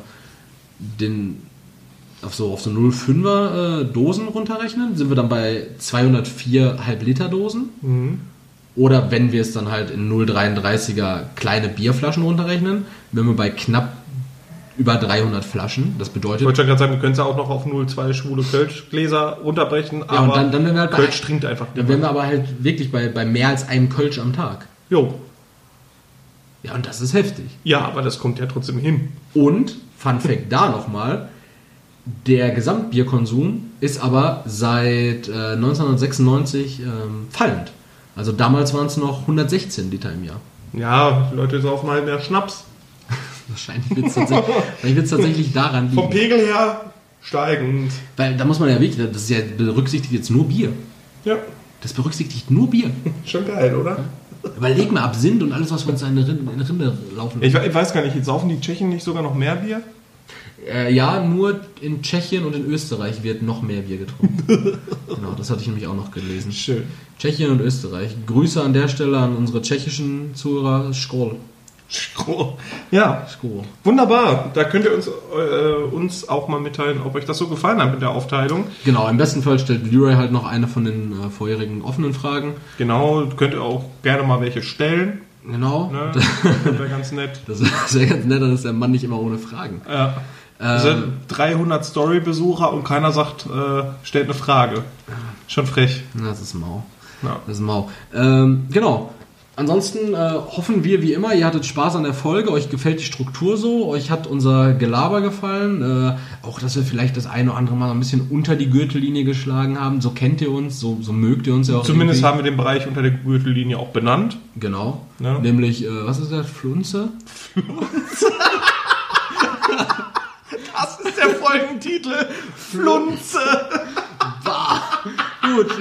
so 0,5er Dosen runterrechnen, sind wir dann bei 204,5 Liter Dosen. Oder wenn wir es dann halt in 0,33er kleine Bierflaschen runterrechnen, wenn wir bei knapp über 300 Flaschen. Das bedeutet... Ich wollte schon gerade sagen, wir können es ja auch noch auf 0,2 schwule Kölschgläser runterbrechen, ja, aber dann wären wir halt Kölsch trinkt einfach nicht. Dann wären wir aber halt wirklich bei mehr als einem Kölsch am Tag. Jo. Ja, und das ist heftig. Ja, aber das kommt ja trotzdem hin. Und, Fun Fact da nochmal, der Gesamtbierkonsum ist aber seit 1996 fallend. Also damals waren es noch 116 Liter im Jahr. Ja, Leute saufen halt mehr Schnaps. Wahrscheinlich wird es tatsächlich daran liegen. Vom Pegel her steigend. Weil da muss man ja wirklich, das ist ja, berücksichtigt jetzt nur Bier. Ja, Das berücksichtigt nur Bier. schon geil, oder? Überleg mal, Absinth und alles, was wir uns in der Rinde laufen. Ich weiß gar nicht, saufen die Tschechen nicht sogar noch mehr Bier? Ja, nur in Tschechien und in Österreich wird noch mehr Bier getrunken. Genau, das hatte ich nämlich auch noch gelesen. Schön. Tschechien und Österreich. Grüße an der Stelle an unsere tschechischen Zuhörer. Skol. Ja, Skol. wunderbar. Da könnt ihr uns auch mal mitteilen, ob euch das so gefallen hat mit der Aufteilung. Genau, im besten Fall stellt Blu-ray halt noch eine von den vorherigen offenen Fragen. Genau, könnt ihr auch gerne mal welche stellen. Genau. Ne? Das wäre ganz nett. Das wäre ganz nett, dann ist der Mann nicht immer ohne Fragen. Ja. Es sind 300 Story-Besucher und keiner sagt, stellt eine Frage. Schon frech. Das ist mau. Ja. Das ist mau. Genau. Ansonsten hoffen wir wie immer, ihr hattet Spaß an der Folge, euch gefällt die Struktur so, euch hat unser Gelaber gefallen, auch dass wir vielleicht das eine oder andere Mal ein bisschen unter die Gürtellinie geschlagen haben, so kennt ihr uns, so mögt ihr uns ja auch. Zumindest irgendwie. haben wir den Bereich unter der Gürtellinie auch benannt. Genau, Ja. nämlich, was ist das, Flunze? Das ist der Folgentitel. Flunze. Gut.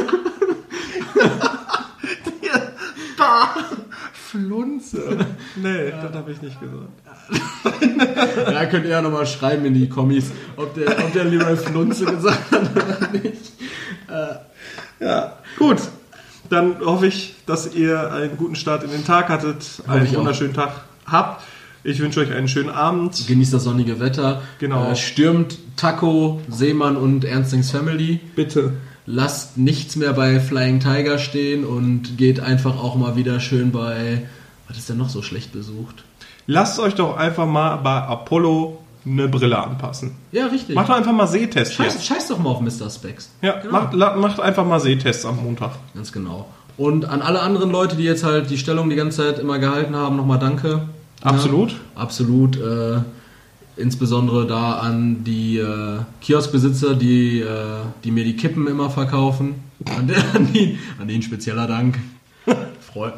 Flunze. Nee, das habe ich nicht gesagt. Ja, könnt ihr ja nochmal schreiben in die Kommis, ob der Leroy Flunze gesagt hat oder nicht. Ja, gut. Dann hoffe ich, dass ihr einen guten Start in den Tag hattet, einen ich auch. wunderschönen Tag habt. Ich wünsche euch einen schönen Abend. Genießt das sonnige Wetter. Genau. Stürmt Taco, Seemann und Ernstings Family. Bitte. Lasst nichts mehr bei Flying Tiger stehen und geht einfach auch mal wieder schön bei... Was ist denn noch so schlecht besucht? Lasst euch doch einfach mal bei Apollo eine Brille anpassen. Ja, richtig. Macht doch einfach mal Sehtest hier. Scheiß doch mal auf Mr. Specs. Ja, Genau. macht einfach mal Sehtests am Montag. Ganz genau. Und an alle anderen Leute, die jetzt halt die Stellung die ganze Zeit immer gehalten haben, nochmal danke. Absolut. Ja, absolut. Insbesondere da an die Kioskbesitzer, die mir die Kippen immer verkaufen. An den spezieller Dank. Freunde!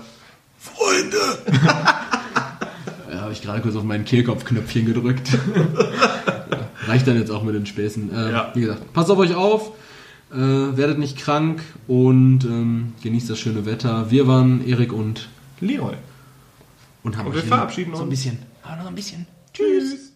Ja, habe ich gerade kurz auf mein Kehlkopfknöpfchen gedrückt. Reicht dann jetzt auch mit den Späßen. Ja. Wie gesagt, passt auf euch auf, werdet nicht krank und genießt das schöne Wetter. Wir waren Erik und Leroy. haben Und euch wir verabschieden so ein uns. bisschen. Aber noch ein bisschen. Tschüss.